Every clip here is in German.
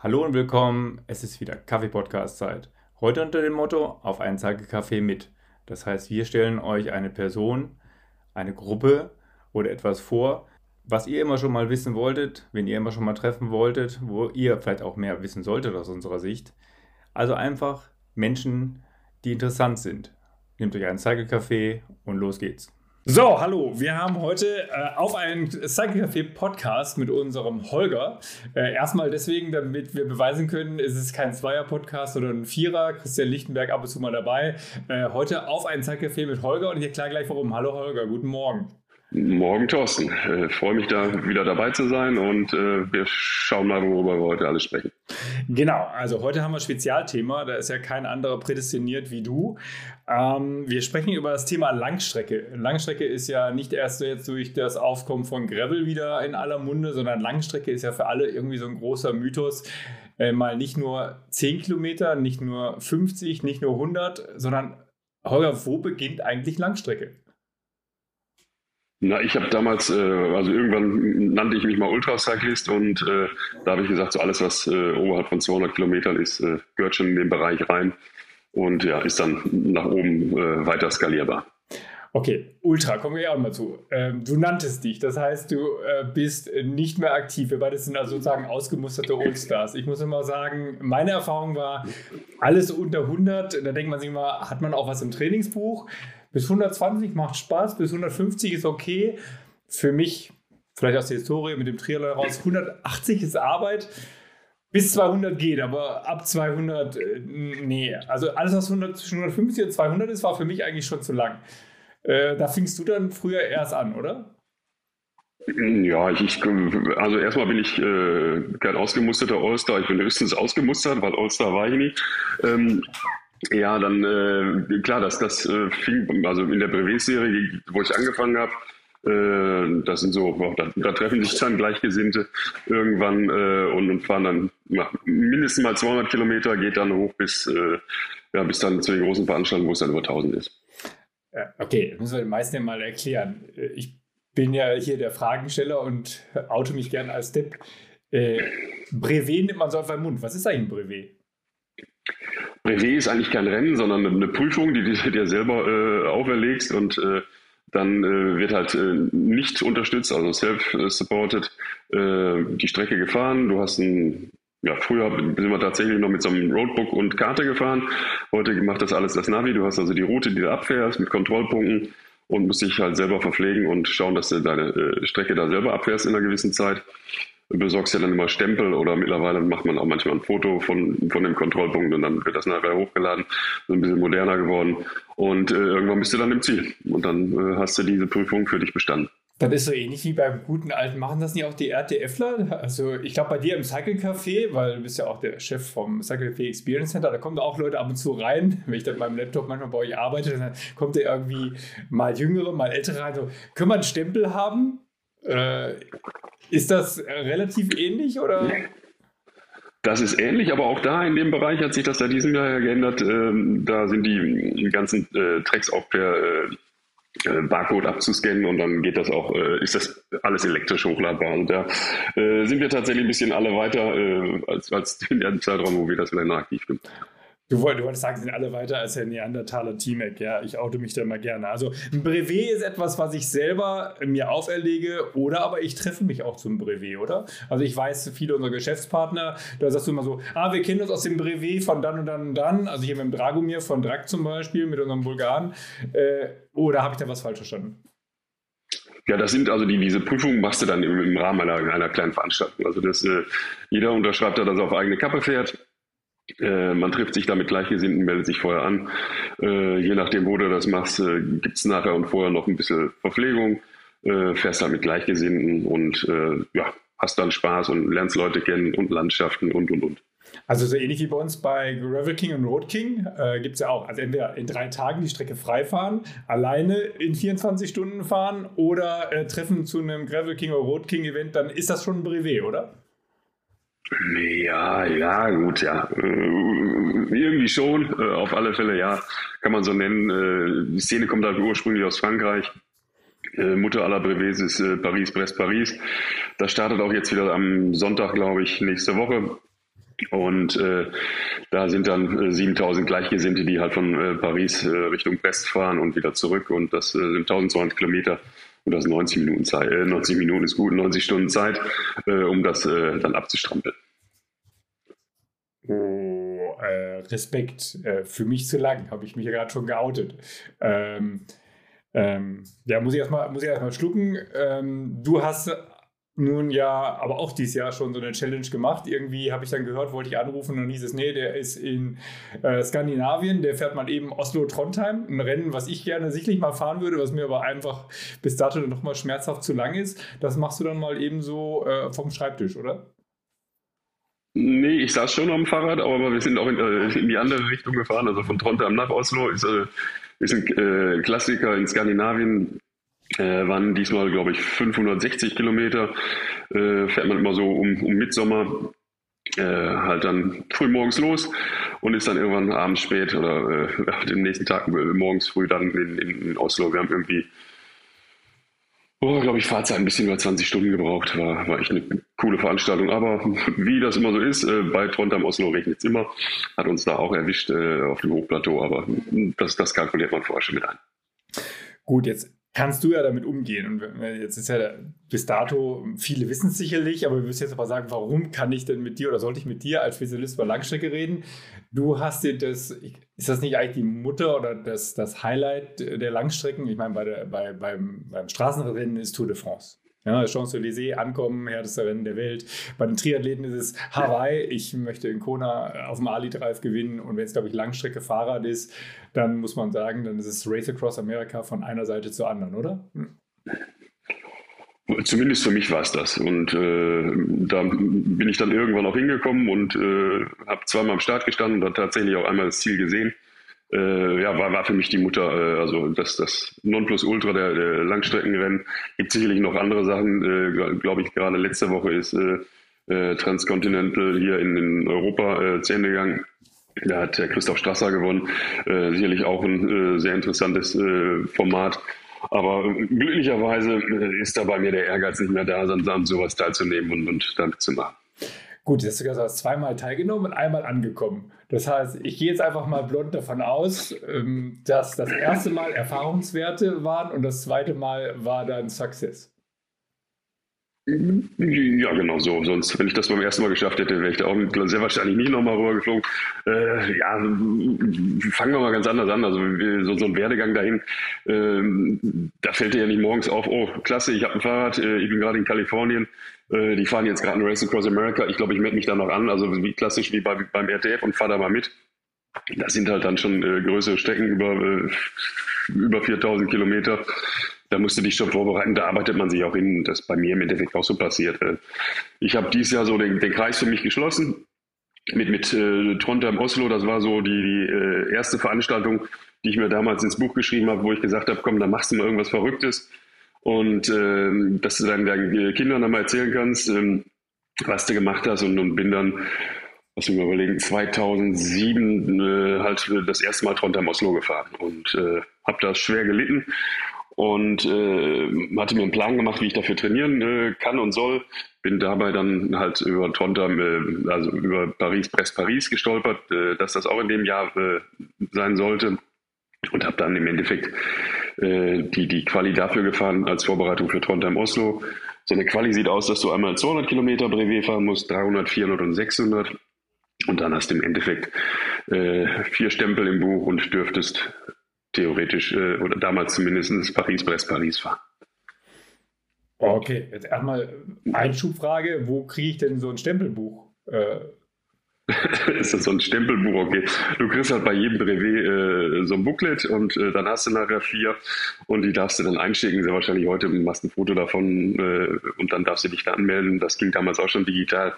Hallo und willkommen, es ist wieder Kaffee-Podcast-Zeit. Heute unter dem Motto auf einen Kaffee mit. Das heißt, wir stellen euch eine Person, eine Gruppe oder etwas vor, was ihr immer schon mal wissen wolltet, wen ihr immer schon mal treffen wolltet, wo ihr vielleicht auch mehr wissen solltet aus unserer Sicht. Also einfach Menschen, die interessant sind. Nehmt euch einen Cycle-Kaffee und los geht's. So, hallo, wir haben heute auf einen Cycle-Café-Podcast mit unserem Holger. Erstmal deswegen, damit wir beweisen können, es ist kein Zweier-Podcast, sondern ein Vierer. Christian Lichtenberg ab und zu mal dabei. Heute auf einen Cycle-Café mit Holger und ich erkläre gleich warum. Hallo Holger, guten Morgen. Morgen, Thorsten. Freue mich da wieder dabei zu sein und wir schauen mal, worüber wir heute alles sprechen. Genau, also heute haben wir ein Spezialthema, da ist ja kein anderer prädestiniert wie du. Wir sprechen über das Thema Langstrecke. Langstrecke ist ja nicht erst jetzt durch das Aufkommen von Gravel wieder in aller Munde, sondern Langstrecke ist ja für alle irgendwie so ein großer Mythos. Mal nicht nur 10 Kilometer, nicht nur 50, nicht nur 100, sondern Holger, wo beginnt eigentlich Langstrecke? Na, ich habe damals, also irgendwann nannte ich mich mal Ultracyclist und da habe ich gesagt, so alles, was oberhalb von 200 Kilometern ist, gehört schon in den Bereich rein und ja, ist dann nach oben weiter skalierbar. Okay, Ultra, kommen wir ja auch mal zu. Du nanntest dich, das heißt, du bist nicht mehr aktiv. Wir beide sind also sozusagen ausgemusterte Oldstars. Ich muss immer sagen, meine Erfahrung war, alles unter 100, da denkt man sich immer, hat man auch was im Trainingsbuch. Bis 120 macht Spaß, bis 150 ist okay. Für mich, vielleicht aus der Historie mit dem Triathlon heraus, 180 ist Arbeit. Bis 200 geht, aber ab 200, nee. Also alles, was zwischen 150 und 200 ist, war für mich eigentlich schon zu lang. Da fingst du dann früher erst an, oder? Ja, also erstmal bin ich kein ausgemusterter Allstar, ich bin höchstens ausgemustert, weil Allstar war ich nicht. Ja, dann klar, das fing, also in der Brevet-Serie, wo ich angefangen habe, das sind so, da treffen sich dann Gleichgesinnte irgendwann und fahren dann mindestens mal 200 Kilometer, geht dann hoch bis dann zu den großen Veranstaltungen, wo es dann über 1000 ist. Okay, das müssen wir den meisten ja mal erklären. Ich bin ja hier der Fragensteller und oute mich gern als Depp. Brevet nimmt man so auf den Mund. Was ist eigentlich ein Brevet? Brevet ist eigentlich kein Rennen, sondern eine Prüfung, die du dir selber auferlegst und dann wird halt nicht unterstützt, also self-supported, die Strecke gefahren. Du hast früher sind wir tatsächlich noch mit so einem Roadbook und Karte gefahren. Heute macht das alles das Navi. Du hast also die Route, die du abfährst mit Kontrollpunkten und musst dich halt selber verpflegen und schauen, dass du deine Strecke da selber abfährst in einer gewissen Zeit. Du besorgst ja dann immer Stempel oder mittlerweile macht man auch manchmal ein Foto von dem Kontrollpunkt und dann wird das nachher hochgeladen. So ein bisschen moderner geworden. Und irgendwann bist du dann im Ziel. Und dann hast du diese Prüfung für dich bestanden. Das ist so ähnlich wie beim guten Alten. Machen das nicht auch die RTFler? Also ich glaube bei dir im Cycle Café, weil du bist ja auch der Chef vom Cycle Café Experience Center, da kommen auch Leute ab und zu rein. Wenn ich dann mit meinem Laptop manchmal bei euch arbeite, dann kommt da irgendwie mal Jüngere, mal Ältere rein. So, können wir einen Stempel haben? Ist das relativ ähnlich oder? Das ist ähnlich, aber auch da in dem Bereich hat sich das seit diesem Jahr ja geändert. Da sind die ganzen Tracks auch per Barcode abzuscannen und dann geht das auch, ist das alles elektrisch hochladbar. Und da sind wir tatsächlich ein bisschen alle weiter als in dem Zeitraum, wo wir das vielleicht noch aktiv sind. Du wolltest sagen, sind alle weiter als der Neandertaler T-Mac. Ja, ich oute mich da immer gerne. Also ein Brevet ist etwas, was ich selber mir auferlege oder aber ich treffe mich auch zum Brevet, oder? Also ich weiß, viele unserer Geschäftspartner, da sagst du immer so, wir kennen uns aus dem Brevet von dann und dann und dann. Also hier mit dem Dragomir von Drag zum Beispiel, mit unserem Bulgaren. Oder habe ich da was falsch verstanden? Ja, das sind also diese Prüfungen machst du dann im Rahmen einer kleinen Veranstaltung. Also jeder unterschreibt da, dass er auf eigene Kappe fährt. Man trifft sich da mit Gleichgesinnten, meldet sich vorher an. Je nachdem, wo du das machst, gibt es nachher und vorher noch ein bisschen Verpflegung. Fährst halt mit Gleichgesinnten und hast dann Spaß und lernst Leute kennen und Landschaften und. Also so ähnlich wie bei uns bei Gravel King und Road King gibt es ja auch. Also entweder in 3 Tagen die Strecke frei fahren, alleine in 24 Stunden fahren oder treffen zu einem Gravel King oder Road King Event, dann ist das schon ein Brevet, oder? Ja, gut, ja. Irgendwie schon, auf alle Fälle, ja, kann man so nennen. Die Szene kommt halt ursprünglich aus Frankreich. Mutter aller Brevets ist Paris-Brest-Paris. Das startet auch jetzt wieder am Sonntag, glaube ich, nächste Woche. Und da sind dann 7000 Gleichgesinnte, die halt von Paris Richtung Brest fahren und wieder zurück. Und das sind 1200 Kilometer und das 90 Minuten Zeit. 90 Minuten ist gut, 90 Stunden Zeit, um das dann abzustrampeln. Oh, Respekt. Für mich zu lang, habe ich mich ja gerade schon geoutet. Ja, muss ich erstmal schlucken. Du hast nun ja, aber auch dieses Jahr schon so eine Challenge gemacht. Irgendwie habe ich dann gehört, wollte ich anrufen und hieß es, nee, der ist in Skandinavien, der fährt mal eben Oslo-Trondheim, ein Rennen, was ich gerne sicherlich mal fahren würde, was mir aber einfach bis dato noch mal schmerzhaft zu lang ist. Das machst du dann mal eben so vom Schreibtisch, oder? Nee, ich saß schon am Fahrrad, aber wir sind auch in die andere Richtung gefahren, also von Trondheim nach Oslo. Ist ein Klassiker in Skandinavien. Waren diesmal, glaube ich, 560 Kilometer. Fährt man immer so um Mitsommer halt dann früh morgens los und ist dann irgendwann abends spät oder dem nächsten Tag morgens früh dann in Oslo. Wir haben irgendwie, glaube ich, Fahrzeit ein bisschen über 20 Stunden gebraucht. War echt eine coole Veranstaltung. Aber wie das immer so ist, bei Trondheim Oslo regnet es immer. Hat uns da auch erwischt auf dem Hochplateau, aber das kalkuliert man vorher schon mit ein. Gut, jetzt kannst du ja damit umgehen. Und jetzt ist ja bis dato, viele wissen es sicherlich, aber wir müssen jetzt aber sagen, warum kann ich denn mit dir oder sollte ich mit dir als Spezialist über Langstrecke reden? Du hast dir ist das nicht eigentlich die Mutter oder das Highlight der Langstrecken? Ich meine, beim Straßenrennen ist Tour de France. Ja, Champs-Élysées, ankommen, härteste Rennen der Welt. Bei den Triathleten ist es Hawaii. Ich möchte in Kona auf dem Ali Drive gewinnen. Und wenn es, glaube ich, Langstrecke Fahrrad ist, dann muss man sagen, dann ist es Race Across America von einer Seite zur anderen, oder? Zumindest für mich war es das. Und da bin ich dann irgendwann auch hingekommen und habe zweimal am Start gestanden und dann tatsächlich auch einmal das Ziel gesehen. Ja, war für mich die Mutter, also das Nonplusultra der Langstreckenrennen. Gibt sicherlich noch andere Sachen, glaube ich, gerade letzte Woche ist Transcontinental hier in Europa zu Ende gegangen. Da hat Christoph Strasser gewonnen. Sicherlich auch ein sehr interessantes Format. Aber glücklicherweise ist da bei mir der Ehrgeiz nicht mehr da, an sowas teilzunehmen und damit zu machen. Gut, jetzt hast du gesagt, du hast zweimal teilgenommen und einmal angekommen. Das heißt, ich gehe jetzt einfach mal blond davon aus, dass das erste Mal Erfahrungswerte waren und das zweite Mal war dann Success. Ja, genau so. Sonst, wenn ich das beim ersten Mal geschafft hätte, wäre ich da auch sehr wahrscheinlich nicht nochmal rübergeflogen. Ja, fangen wir mal ganz anders an. Also so ein Werdegang dahin, da fällt dir ja nicht morgens auf, oh, klasse, ich habe ein Fahrrad, ich bin gerade in Kalifornien, die fahren jetzt gerade ein Race Across America, ich glaube, ich melde mich da noch an, also wie klassisch wie beim RTF und fahre da mal mit. Das sind halt dann schon größere Strecken über 4000 Kilometer. Da musst du dich schon vorbereiten, da arbeitet man sich auch hin. Das ist bei mir im Endeffekt auch so passiert. Ich habe dieses Jahr so den Kreis für mich geschlossen mit Trondheim Oslo. Das war so die erste Veranstaltung, die ich mir damals ins Buch geschrieben habe, wo ich gesagt habe, komm, da machst du mal irgendwas Verrücktes. Und dass du deinen Kindern dann mal erzählen kannst, was du gemacht hast. Und bin dann, lass mich mal überlegen, 2007 halt das erste Mal Trondheim Oslo gefahren und habe das schwer gelitten und hatte mir einen Plan gemacht, wie ich dafür trainieren kann und soll. Bin dabei dann halt über Trondheim, also über Paris gestolpert, dass das auch in dem Jahr sein sollte. Und habe dann im Endeffekt die Quali dafür gefahren als Vorbereitung für Trondheim Oslo. So eine Quali sieht aus, dass du einmal 200 Kilometer Brevet fahren musst, 300, 400 und 600. Und dann hast du im Endeffekt 4 Stempel im Buch und dürftest theoretisch oder damals zumindest Paris-Brest-Paris fahren. Okay, jetzt erstmal Einschubfrage, wo kriege ich denn so ein Stempelbuch? Ist das so ein Stempelbuch? Okay. Du kriegst halt bei jedem Brevet so ein Booklet und dann hast du nachher 4 und die darfst du dann einschicken. Sehr wahrscheinlich heute machst du ein Foto davon und dann darfst du dich da anmelden. Das ging damals auch schon digital.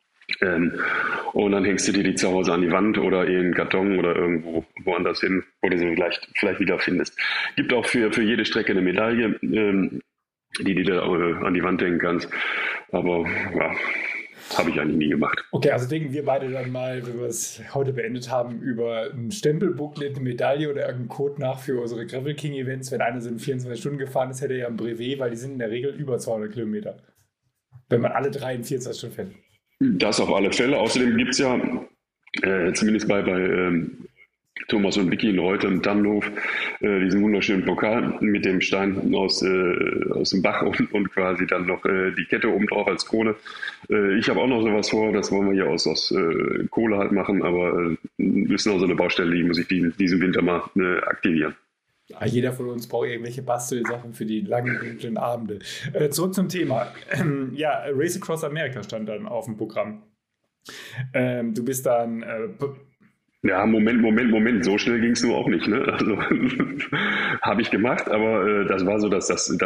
Und dann hängst du dir die zu Hause an die Wand oder in den Karton oder irgendwo woanders hin, wo du sie vielleicht wieder findest. Gibt auch für jede Strecke eine Medaille, die du da an die Wand hängen kannst. Aber ja, habe ich eigentlich nie gemacht. Okay, also denken wir beide dann mal, wenn wir es heute beendet haben, über ein Stempelbooklet, eine Medaille oder irgendeinen Code nach für unsere Gravel King Events. Wenn einer so in 24 Stunden gefahren ist, hätte er ja ein Brevet, weil die sind in der Regel über 200 Kilometer. Wenn man alle 3 in 24 Stunden fährt. Das auf alle Fälle. Außerdem gibt es ja, zumindest bei Thomas und Vicky in Reutte und Dannenhof, diesen wunderschönen Pokal mit dem Stein aus dem Bach und quasi dann noch die Kette oben drauf als Krone. Ich habe auch noch sowas vor, das wollen wir hier aus Kohle halt machen, aber ist noch so eine Baustelle, die muss ich diesen Winter mal aktivieren. Jeder von uns braucht irgendwelche Bastelsachen für die langen, dunklen Abende. Zurück zum Thema. Ja, Race Across America stand dann auf dem Programm. Du bist dann... Ja, Moment, so schnell ging es nur auch nicht. Ne? Also habe ich gemacht, aber das war so, dass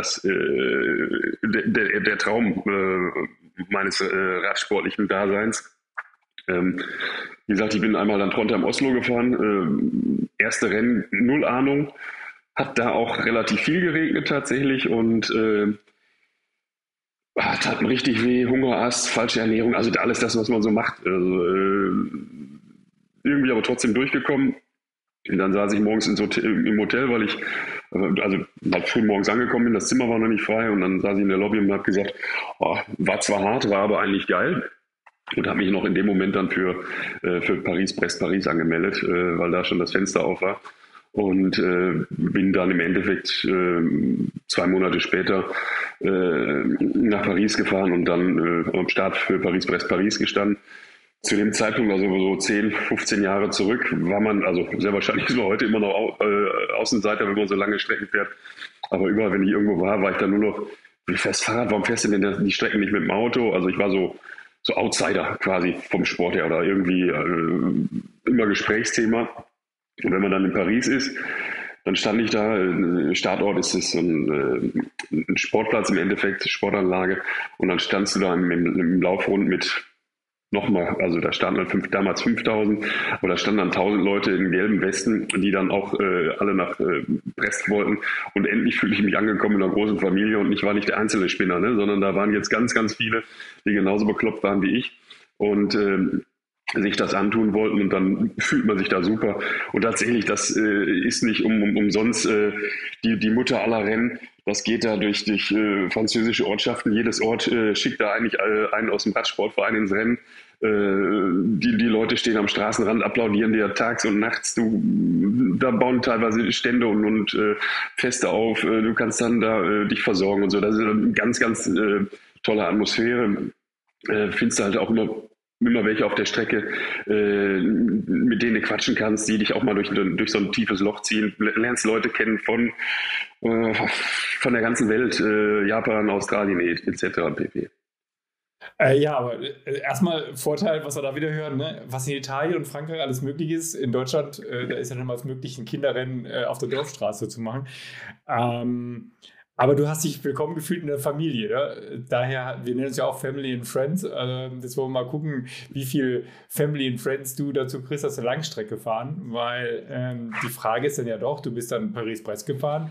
der Traum meines radsportlichen Daseins. Wie gesagt, ich bin einmal dann Trondheim-Oslo gefahren, erste Rennen, null Ahnung, hat da auch relativ viel geregnet tatsächlich und tat mir richtig weh, Hungerast, falsche Ernährung, also alles das, was man so macht. Also, irgendwie aber trotzdem durchgekommen. Und dann saß ich morgens im Hotel, weil ich halt früh morgens angekommen bin, das Zimmer war noch nicht frei und dann saß ich in der Lobby und habe gesagt, war zwar hart, war aber eigentlich geil. Und habe mich noch in dem Moment dann für Paris angemeldet, weil da schon das Fenster auf war. Und bin dann im Endeffekt 2 Monate später nach Paris gefahren und dann am Start für Paris gestanden. Zu dem Zeitpunkt, also so 10, 15 Jahre zurück, war man, also sehr wahrscheinlich ist man heute immer noch Außenseiter, wenn man so lange Strecken fährt. Aber überall, wenn ich irgendwo war ich dann nur noch, wie fährst Fahrrad, warum fährst du denn die Strecken nicht mit dem Auto? Also ich war so Outsider quasi vom Sport her oder irgendwie immer Gesprächsthema. Und wenn man dann in Paris ist, dann stand ich da, Startort ist es ein Sportplatz im Endeffekt, Sportanlage. Und dann standst du da im Laufrund mit nochmal, also da standen dann damals 5000, aber da standen dann 1000 Leute in gelben Westen, die dann auch alle nach Brest wollten. Und endlich fühle ich mich angekommen in einer großen Familie und ich war nicht der einzelne Spinner, ne, sondern da waren jetzt ganz, ganz viele, die genauso bekloppt waren wie ich und sich das antun wollten und dann fühlt man sich da super. Und tatsächlich, das ist nicht umsonst die Mutter aller Rennen. Das geht da durch französische Ortschaften. Jedes Ort schickt da eigentlich einen aus dem Radsportverein ins Rennen. Die Leute stehen am Straßenrand, applaudieren dir tags und nachts. Da bauen teilweise Stände und Feste auf. Du kannst dann da dich versorgen und so. Das ist eine ganz, ganz tolle Atmosphäre. Findest du halt auch immer welche auf der Strecke, mit denen du quatschen kannst, die dich auch mal durch so ein tiefes Loch ziehen. Lernst Leute kennen von der ganzen Welt, Japan, Australien etc. pp. Ja, aber erstmal Vorteil, was wir da wieder hören, ne? Was in Italien und Frankreich alles möglich ist. In Deutschland, da ist ja schon mal möglich, ein Kinderrennen auf der Dorfstraße zu machen. Aber du hast dich willkommen gefühlt in der Familie. Ne? Daher, wir nennen es ja auch Family and Friends. Jetzt wollen wir mal gucken, wie viel Family and Friends du dazu kriegst, dass wir Langstrecke fahren. Weil die Frage ist dann ja doch, du bist dann Paris-Brest gefahren.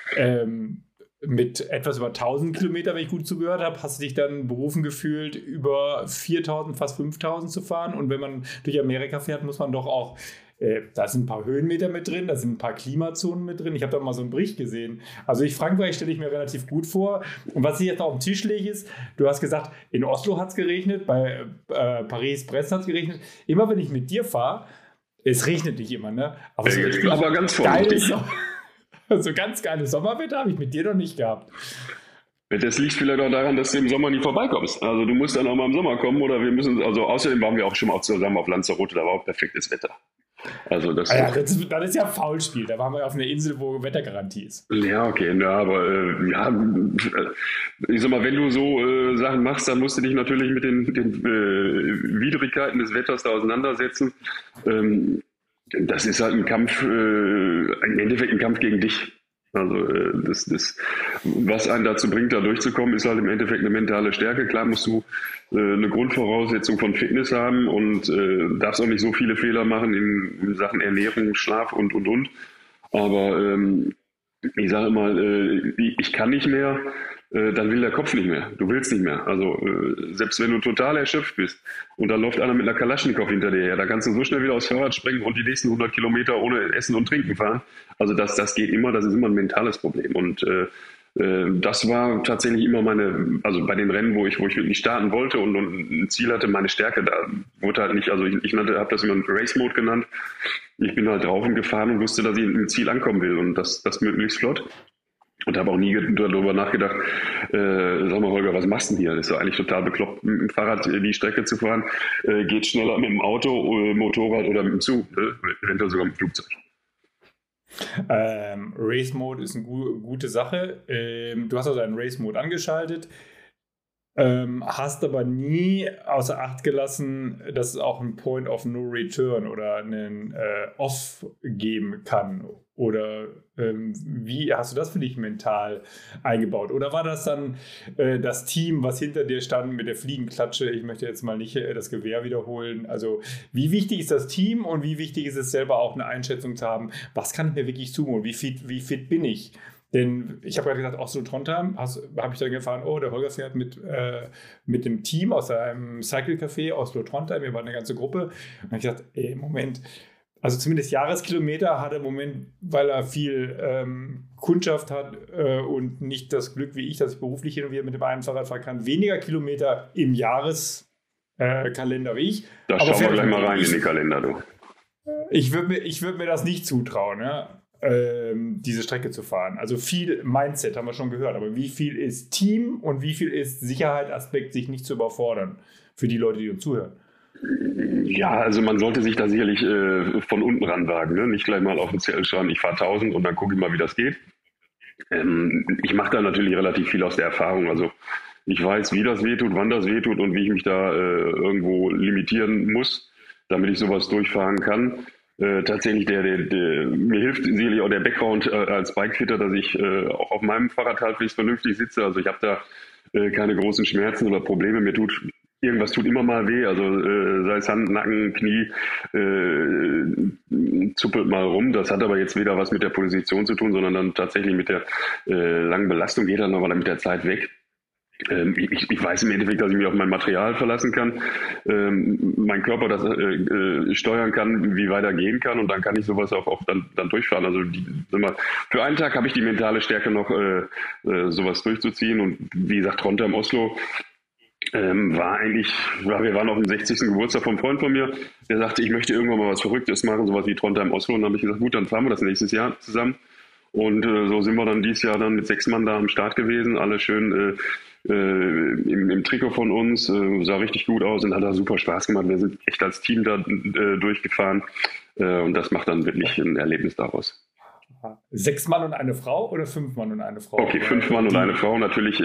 Mit etwas über 1000 Kilometer, wenn ich gut zugehört habe, hast du dich dann berufen gefühlt, über 4000, fast 5000 zu fahren. Und wenn man durch Amerika fährt, muss man doch auch, da sind ein paar Höhenmeter mit drin, da sind ein paar Klimazonen mit drin. Ich habe da mal so einen Bericht gesehen. Also Frankreich stelle ich mir relativ gut vor. Und was ich jetzt auf den Tisch lege ist, du hast gesagt, in Oslo hat es geregnet, bei Paris-Brest hat es geregnet. Immer wenn ich mit dir fahre, es regnet nicht immer, ne? Aber ganz vorsichtig. So ganz geiles Sommerwetter habe ich mit dir noch nicht gehabt. Das liegt vielleicht auch daran, dass du im Sommer nie vorbeikommst. Also du musst dann auch mal im Sommer kommen oder außerdem waren wir auch schon mal zusammen auf Lanzarote, da war auch perfektes Wetter. Also das ist ja Faulspiel, da waren wir auf einer Insel, wo Wettergarantie ist. Ja, okay, aber ich sag mal, wenn du so Sachen machst, dann musst du dich natürlich mit den Widrigkeiten des Wetters da auseinandersetzen. Das ist halt ein Kampf, im Endeffekt ein Kampf gegen dich. Also was einen dazu bringt, da durchzukommen, ist halt im Endeffekt eine mentale Stärke. Klar musst du eine Grundvoraussetzung von Fitness haben und darfst auch nicht so viele Fehler machen in Sachen Ernährung, Schlaf und. Aber ich sage mal, ich kann nicht mehr, dann will der Kopf nicht mehr. Du willst nicht mehr. Also selbst wenn du total erschöpft bist und da läuft einer mit einer Kalaschnikow hinter dir her, da kannst du so schnell wieder aufs Fahrrad springen und die nächsten 100 Kilometer ohne Essen und Trinken fahren. Also das geht immer, das ist immer ein mentales Problem. Und Das war tatsächlich immer also bei den Rennen, wo ich wirklich starten wollte und ein Ziel hatte, meine Stärke. Da wurde halt nicht, also ich habe das immer Race Mode genannt. Ich bin halt drauf und gefahren und wusste, dass ich im Ziel ankommen will und das möglichst flott. Und habe auch nie darüber nachgedacht, sag mal Holger, was machst du denn hier? Das ist doch eigentlich total bekloppt, mit dem Fahrrad die Strecke zu fahren. Geht schneller mit dem Auto, Motorrad oder mit dem Zug, eventuell sogar mit dem Flugzeug. Race Mode ist eine gute Sache. Du hast also einen Race Mode angeschaltet, hast aber nie außer Acht gelassen, dass es auch einen Point of No Return oder einen Off geben kann. Oder wie hast du das für dich mental eingebaut? Oder war das dann das Team, was hinter dir stand mit der Fliegenklatsche? Ich möchte jetzt mal nicht das Gewehr wiederholen. Also wie wichtig ist das Team und wie wichtig ist es selber auch eine Einschätzung zu haben, was kann ich mir wirklich zumuten? Wie fit bin ich? Denn ich habe gerade gesagt, Oslo Trondheim, habe ich dann gefahren, der Holger fährt mit dem Team aus einem Cycle-Café Oslo Trondheim, wir waren eine ganze Gruppe. Und dann habe ich gesagt, Moment, also zumindest Jahreskilometer hat er im Moment, weil er viel Kundschaft hat und nicht das Glück wie ich, dass ich beruflich hin und wieder mit dem einen Fahrrad fahren kann, weniger Kilometer im Jahreskalender wie ich. Da aber schauen wir gleich mal rein in den Kalender, du. Ich würd mir das nicht zutrauen, ja, diese Strecke zu fahren. Also viel Mindset haben wir schon gehört, aber wie viel ist Team und wie viel ist Sicherheitsaspekt, sich nicht zu überfordern für die Leute, die uns zuhören? Ja, also man sollte sich da sicherlich von unten ranwagen, ne? Nicht gleich mal auf den Zettel schreiben, ich fahre 1000 und dann gucke ich mal, wie das geht. Ich mache da natürlich relativ viel aus der Erfahrung. Also ich weiß, wie das wehtut, wann das wehtut und wie ich mich da irgendwo limitieren muss, damit ich sowas durchfahren kann. Tatsächlich, mir hilft sicherlich auch der Background als Bikefitter, dass ich auch auf meinem Fahrrad halbwegs vernünftig sitze. Also ich habe da keine großen Schmerzen oder Probleme. Irgendwas tut immer mal weh, also sei es Hand, Nacken, Knie, zuppelt mal rum. Das hat aber jetzt weder was mit der Position zu tun, sondern dann tatsächlich mit der langen Belastung, geht dann aber mit der Zeit weg. Ich weiß im Endeffekt, dass ich mich auf mein Material verlassen kann, mein Körper das steuern kann, wie weit er gehen kann und dann kann ich sowas auch dann durchfahren. Also für einen Tag habe ich die mentale Stärke noch, sowas durchzuziehen und wie gesagt, Trondheim, Oslo, wir waren auf dem 60. Geburtstag vom Freund von mir, der sagte, ich möchte irgendwann mal was Verrücktes machen, sowas wie Trondheim, Oslo. Und dann habe ich gesagt, gut, dann fahren wir das nächstes Jahr zusammen. Und so sind wir dann dieses Jahr dann mit 6 Mann da am Start gewesen, alle schön im Trikot von uns, sah richtig gut aus und hat da super Spaß gemacht. Wir sind echt als Team da durchgefahren und das macht dann wirklich ein Erlebnis daraus. 6 Mann und eine Frau oder 5 Mann und eine Frau? Okay, 5 Mann und eine Frau. Natürlich,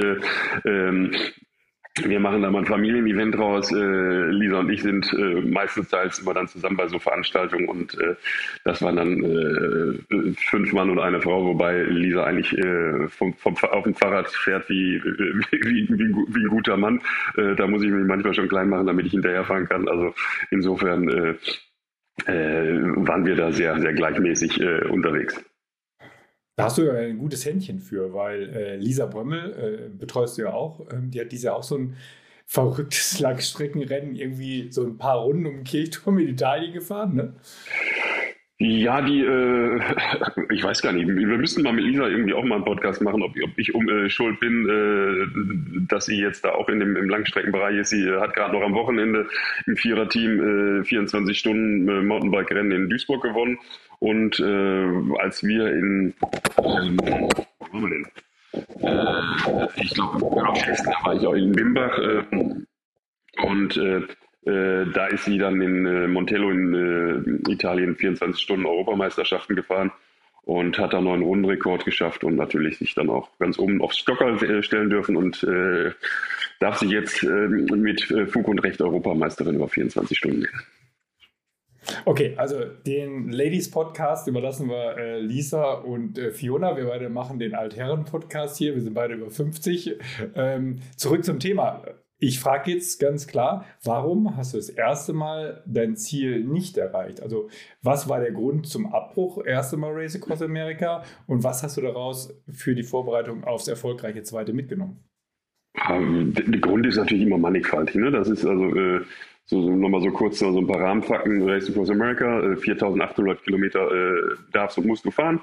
wir machen da mal ein Familienevent draus. Lisa und ich sind meistens immer dann zusammen bei so Veranstaltungen und das waren dann 5 Mann und eine Frau, wobei Lisa eigentlich auf dem Fahrrad fährt wie ein guter Mann. Da muss ich mich manchmal schon klein machen, damit ich hinterherfahren kann. Also insofern waren wir da sehr, sehr gleichmäßig unterwegs. Da hast du ja ein gutes Händchen für, weil Lisa Brömmel betreust du ja auch. Die hat dieses Jahr auch so ein verrücktes Langstreckenrennen, irgendwie so ein paar Runden um den Kirchturm in Italien gefahren, ne? Ja, ich weiß gar nicht, wir müssten mal mit Lisa irgendwie auch mal einen Podcast machen, ob ich schuld bin, dass sie jetzt da auch im Langstreckenbereich ist. Sie hat gerade noch am Wochenende im Viererteam 24 Stunden Mountainbike-Rennen in Duisburg gewonnen. Und als wir wo waren wir denn? Ich glaube, da war ich auch in Bimbach und da ist sie dann in Montello in Italien 24 Stunden Europameisterschaften gefahren und hat da noch einen Rundenrekord geschafft und natürlich sich dann auch ganz oben aufs Stockerl stellen dürfen und darf sich jetzt mit Fug und Recht Europameisterin über 24 Stunden nennen. Okay, also den Ladies-Podcast überlassen wir Lisa und Fiona. Wir beide machen den Altherren-Podcast hier. Wir sind beide über 50. Zurück zum Thema. Ich frage jetzt ganz klar, warum hast du das erste Mal dein Ziel nicht erreicht? Also was war der Grund zum Abbruch, erste Mal Race Across America und was hast du daraus für die Vorbereitung aufs erfolgreiche zweite mitgenommen? Der Grund ist natürlich immer mannigfaltig. Ne? Das ist also nochmal so kurz so ein paar Rahmenfakten. Race Across America, 4.800 Kilometer darfst und musst du fahren.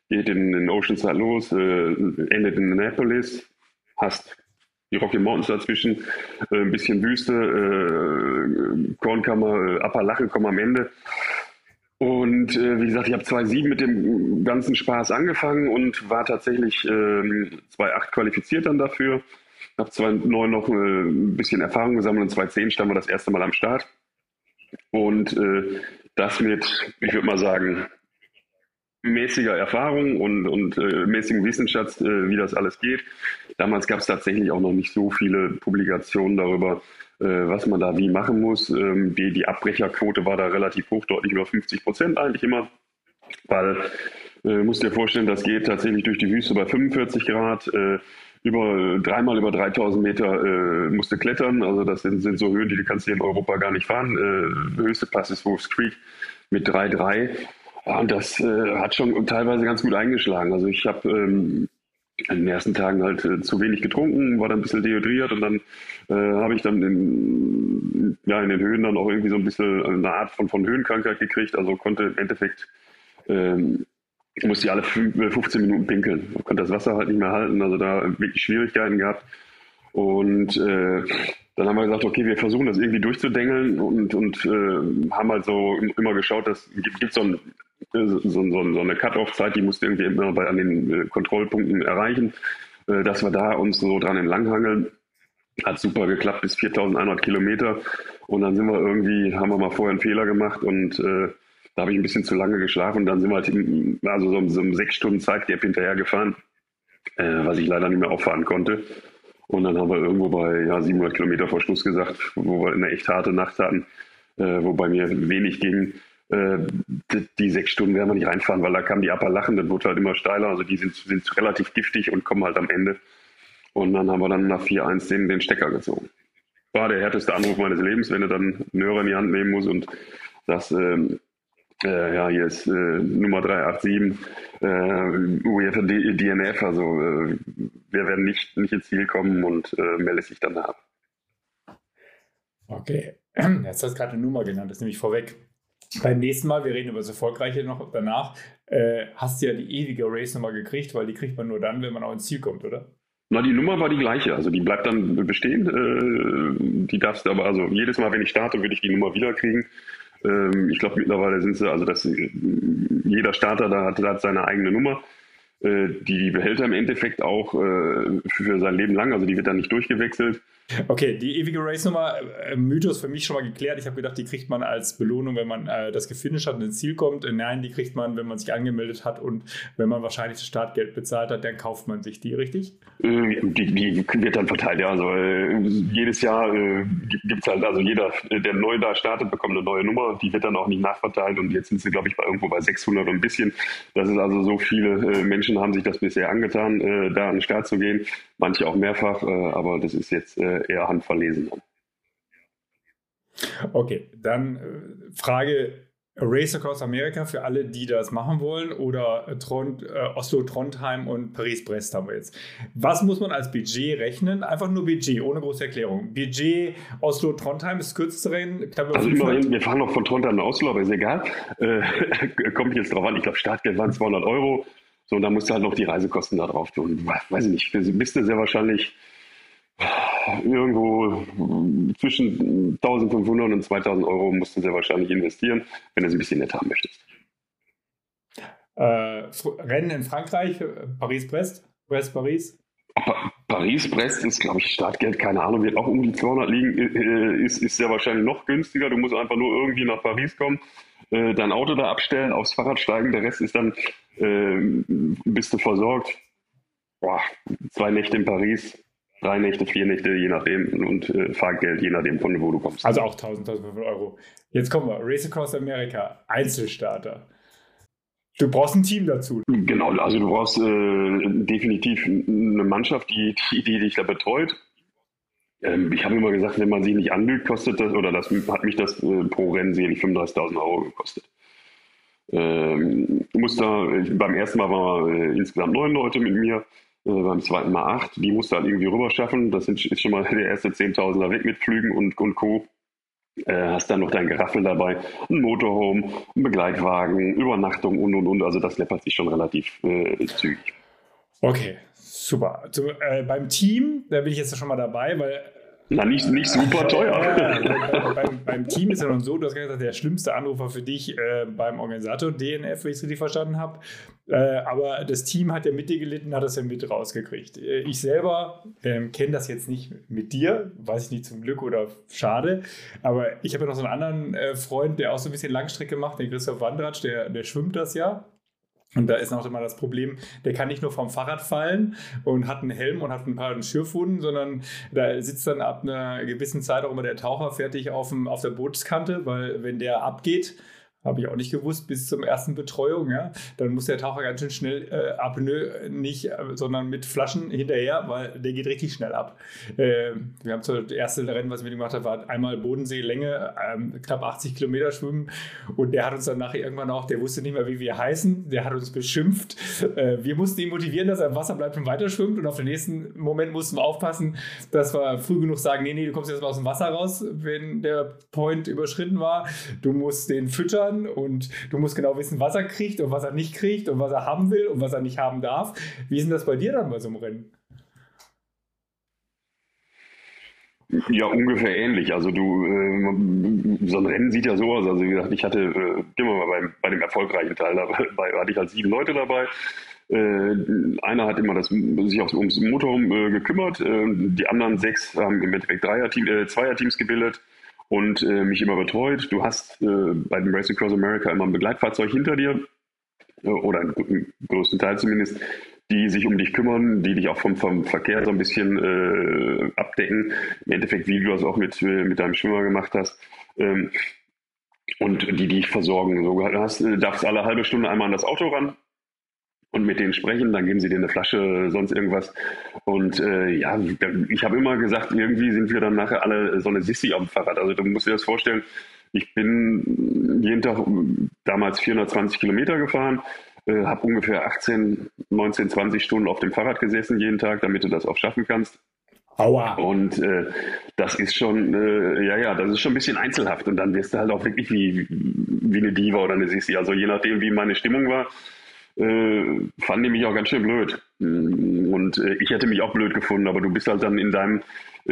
geht in Oceanside los, endet in Annapolis, hast die Rocky Mountains dazwischen, ein bisschen Wüste, Kornkammer, Appalache kommen am Ende. Und wie gesagt, ich habe 2007 mit dem ganzen Spaß angefangen und war tatsächlich 2008 qualifiziert dann dafür. Habe 2009 noch ein bisschen Erfahrung gesammelt und 2010 standen wir das erste Mal am Start. Und das mit, ich würde mal sagen, mäßiger Erfahrung und mäßigem Wissensschatz, wie das alles geht. Damals gab es tatsächlich auch noch nicht so viele Publikationen darüber, was man da wie machen muss. Die Abbrecherquote war da relativ hoch, deutlich über 50% eigentlich immer, weil musst dir vorstellen, das geht tatsächlich durch die Wüste bei 45 Grad, dreimal über 3000 Meter musste klettern, also das sind so Höhen, die kannst du in Europa gar nicht fahren. Höchste Pass ist Wolf's Creek mit 3,3. Ja, und das hat schon teilweise ganz gut eingeschlagen. Also ich habe in den ersten Tagen halt zu wenig getrunken, war dann ein bisschen dehydriert und dann habe ich dann in den Höhen dann auch irgendwie so ein bisschen eine Art von Höhenkrankheit gekriegt. Also konnte im Endeffekt, musste ich alle 15 Minuten pinkeln. Ich konnte das Wasser halt nicht mehr halten, also da wirklich Schwierigkeiten gehabt. Und dann haben wir gesagt, okay, wir versuchen das irgendwie durchzudengeln und haben halt so immer geschaut, dass gibt so eine Cut-Off-Zeit, die musste irgendwie immer an den Kontrollpunkten erreichen, dass wir da uns so dran entlanghangeln. Hat super geklappt bis 4.100 Kilometer und dann haben wir mal vorher einen Fehler gemacht und da habe ich ein bisschen zu lange geschlafen und dann sind wir halt so um 6 Stunden Zeitgap hinterher gefahren, was ich leider nicht mehr auffahren konnte. Und dann haben wir irgendwo bei 700 Kilometer vor Schluss gesagt, wo wir eine echt harte Nacht hatten, wo bei mir wenig ging. Die 6 Stunden werden wir nicht reinfahren, weil da kamen die Appalachen, das wurde halt immer steiler, also die sind relativ giftig und kommen halt am Ende. Und dann haben wir dann nach 4.1 den Stecker gezogen. War der härteste Anruf meines Lebens, wenn du dann einen Hörer in die Hand nehmen musst und das hier ist Nummer 387, we have a DNF, also wir werden nicht ins Ziel kommen und melde sich dann ab. Okay, jetzt hast du gerade eine Nummer genannt, das nehme ich vorweg. Beim nächsten Mal, wir reden über das Erfolgreiche noch danach, hast du ja die ewige Race-Nummer gekriegt, weil die kriegt man nur dann, wenn man auch ins Ziel kommt, oder? Na, die Nummer war die gleiche, also die bleibt dann bestehen. Die darfst du aber, also jedes Mal, wenn ich starte, würde ich die Nummer wieder kriegen. Ich glaube, mittlerweile sind sie, also jeder Starter da hat seine eigene Nummer. Die behält er im Endeffekt auch für sein Leben lang, also die wird dann nicht durchgewechselt. Okay, die ewige Race-Nummer, Mythos für mich schon mal geklärt. Ich habe gedacht, die kriegt man als Belohnung, wenn man das gefinisht hat und ins Ziel kommt. Nein, die kriegt man, wenn man sich angemeldet hat und wenn man wahrscheinlich das Startgeld bezahlt hat, dann kauft man sich die, richtig? Die wird dann verteilt, ja. Also jedes Jahr gibt es halt, also jeder, der neu da startet, bekommt eine neue Nummer. Die wird dann auch nicht nachverteilt und jetzt sind sie, glaube ich, irgendwo bei 600 und ein bisschen. Das ist also so viele Menschen haben sich das bisher angetan, da an den Start zu gehen. Manche auch mehrfach, aber das ist jetzt eher handverlesen. Okay, dann Frage Race Across America für alle, die das machen wollen oder Oslo, Trondheim und Paris-Brest haben wir jetzt. Was muss man als Budget rechnen? Einfach nur Budget, ohne große Erklärung. Budget Oslo, Trondheim ist das kürzeste Rennen. Also immerhin, wir fahren noch von Trondheim nach Oslo, aber ist egal. Kommt jetzt drauf an, ich glaube Startgeld waren 200 Euro. So, und dann musst du halt noch die Reisekosten da drauf tun. Weiß ich nicht, bist du sehr wahrscheinlich irgendwo zwischen 1.500 und 2.000 Euro musst du sehr wahrscheinlich investieren, wenn du es ein bisschen nett haben möchtest. Rennen in Frankreich, Paris-Brest, Brest-Paris? Paris-Brest ist, glaube ich, Startgeld, keine Ahnung, wird auch um die 200 liegen, ist sehr wahrscheinlich noch günstiger. Du musst einfach nur irgendwie nach Paris kommen, dein Auto da abstellen, aufs Fahrrad steigen, der Rest ist dann, bist du versorgt. 2 Nächte in Paris, 3 Nächte, 4 Nächte, je nachdem und Fahrgeld, je nachdem, von wo du kommst. Also auch 1.500 Euro. Jetzt kommen wir, Race Across America, Einzelstarter. Du brauchst ein Team dazu. Genau, also du brauchst definitiv eine Mannschaft, die dich da betreut. Ich habe immer gesagt, wenn man sich nicht anlügt, kostet das, oder hat mich das pro Rennen sicherlich 35.000 Euro gekostet. Beim ersten Mal waren insgesamt 9 Leute mit mir, beim zweiten Mal 8. Die musste halt irgendwie rüber schaffen. Das ist schon mal der erste 10.000er weg mit Flügen und Co. hast dann noch dein Geraffel dabei, ein Motorhome, ein Begleitwagen, Übernachtung und. Also das läppert sich schon relativ zügig. Okay, super. Also, beim Team, da bin ich jetzt schon mal dabei, weil Na, nicht super teuer. beim Team ist ja noch so, du hast gesagt, der schlimmste Anrufer für dich beim Organisator DNF, wenn ich es richtig verstanden habe. Aber das Team hat ja mit dir gelitten, hat das ja mit rausgekriegt. Ich selber kenne das jetzt nicht mit dir, weiß ich nicht, zum Glück oder schade. Aber ich habe ja noch so einen anderen Freund, der auch so ein bisschen Langstrecke macht, der Christoph Wandratsch, der schwimmt das ja. Und da ist auch immer das Problem, der kann nicht nur vom Fahrrad fallen und hat einen Helm und hat ein paar Schürfwunden, sondern da sitzt dann ab einer gewissen Zeit auch immer der Taucher fertig auf der Bootskante, weil wenn der abgeht, habe ich auch nicht gewusst, bis zum ersten Betreuung, ja, dann muss der Taucher ganz schön schnell nicht, sondern mit Flaschen hinterher, weil der geht richtig schnell ab. Wir haben das erste Rennen, was wir gemacht haben, war einmal Bodensee-Länge, knapp 80 Kilometer schwimmen, und der hat uns dann nachher irgendwann auch, der wusste nicht mehr, wie wir heißen, der hat uns beschimpft. Wir mussten ihn motivieren, dass er im Wasser bleibt und weiter schwimmt, und auf den nächsten Moment mussten wir aufpassen, dass wir früh genug sagen, nee, du kommst jetzt mal aus dem Wasser raus, wenn der Point überschritten war. Du musst den füttern und du musst genau wissen, was er kriegt und was er nicht kriegt und was er haben will und was er nicht haben darf. Wie ist denn das bei dir dann bei so einem Rennen? Ja, ungefähr ähnlich. Also so ein Rennen sieht ja so aus. Also wie gesagt, ich hatte, gehen wir mal bei dem erfolgreichen Teil dabei, hatte ich halt 7 Leute dabei. Einer hat immer sich ums Motorhome gekümmert. Die anderen 6 haben im Endeffekt Zweierteams gebildet und mich immer betreut. Du hast bei dem Race Across America immer ein Begleitfahrzeug hinter dir, oder im größten Teil zumindest, die sich um dich kümmern, die dich auch vom Verkehr so ein bisschen abdecken. Im Endeffekt, wie du das auch mit deinem Schwimmer gemacht hast. Und die dich versorgen. Du darfst alle halbe Stunde einmal an das Auto ran und mit denen sprechen, dann geben sie dir eine Flasche, sonst irgendwas. Und ja, ich habe immer gesagt, irgendwie sind wir dann nachher alle so eine Sissi am Fahrrad. Also du musst dir das vorstellen, ich bin jeden Tag damals 420 Kilometer gefahren, habe ungefähr 18, 19, 20 Stunden auf dem Fahrrad gesessen jeden Tag, damit du das auch schaffen kannst. Aua. Und das ist schon, das ist schon ein bisschen einzelhaft. Und dann wirst du halt auch wirklich wie eine Diva oder eine Sissi. Also je nachdem, wie meine Stimmung war, fanden die mich auch ganz schön blöd. Und ich hätte mich auch blöd gefunden, aber du bist halt dann in deinem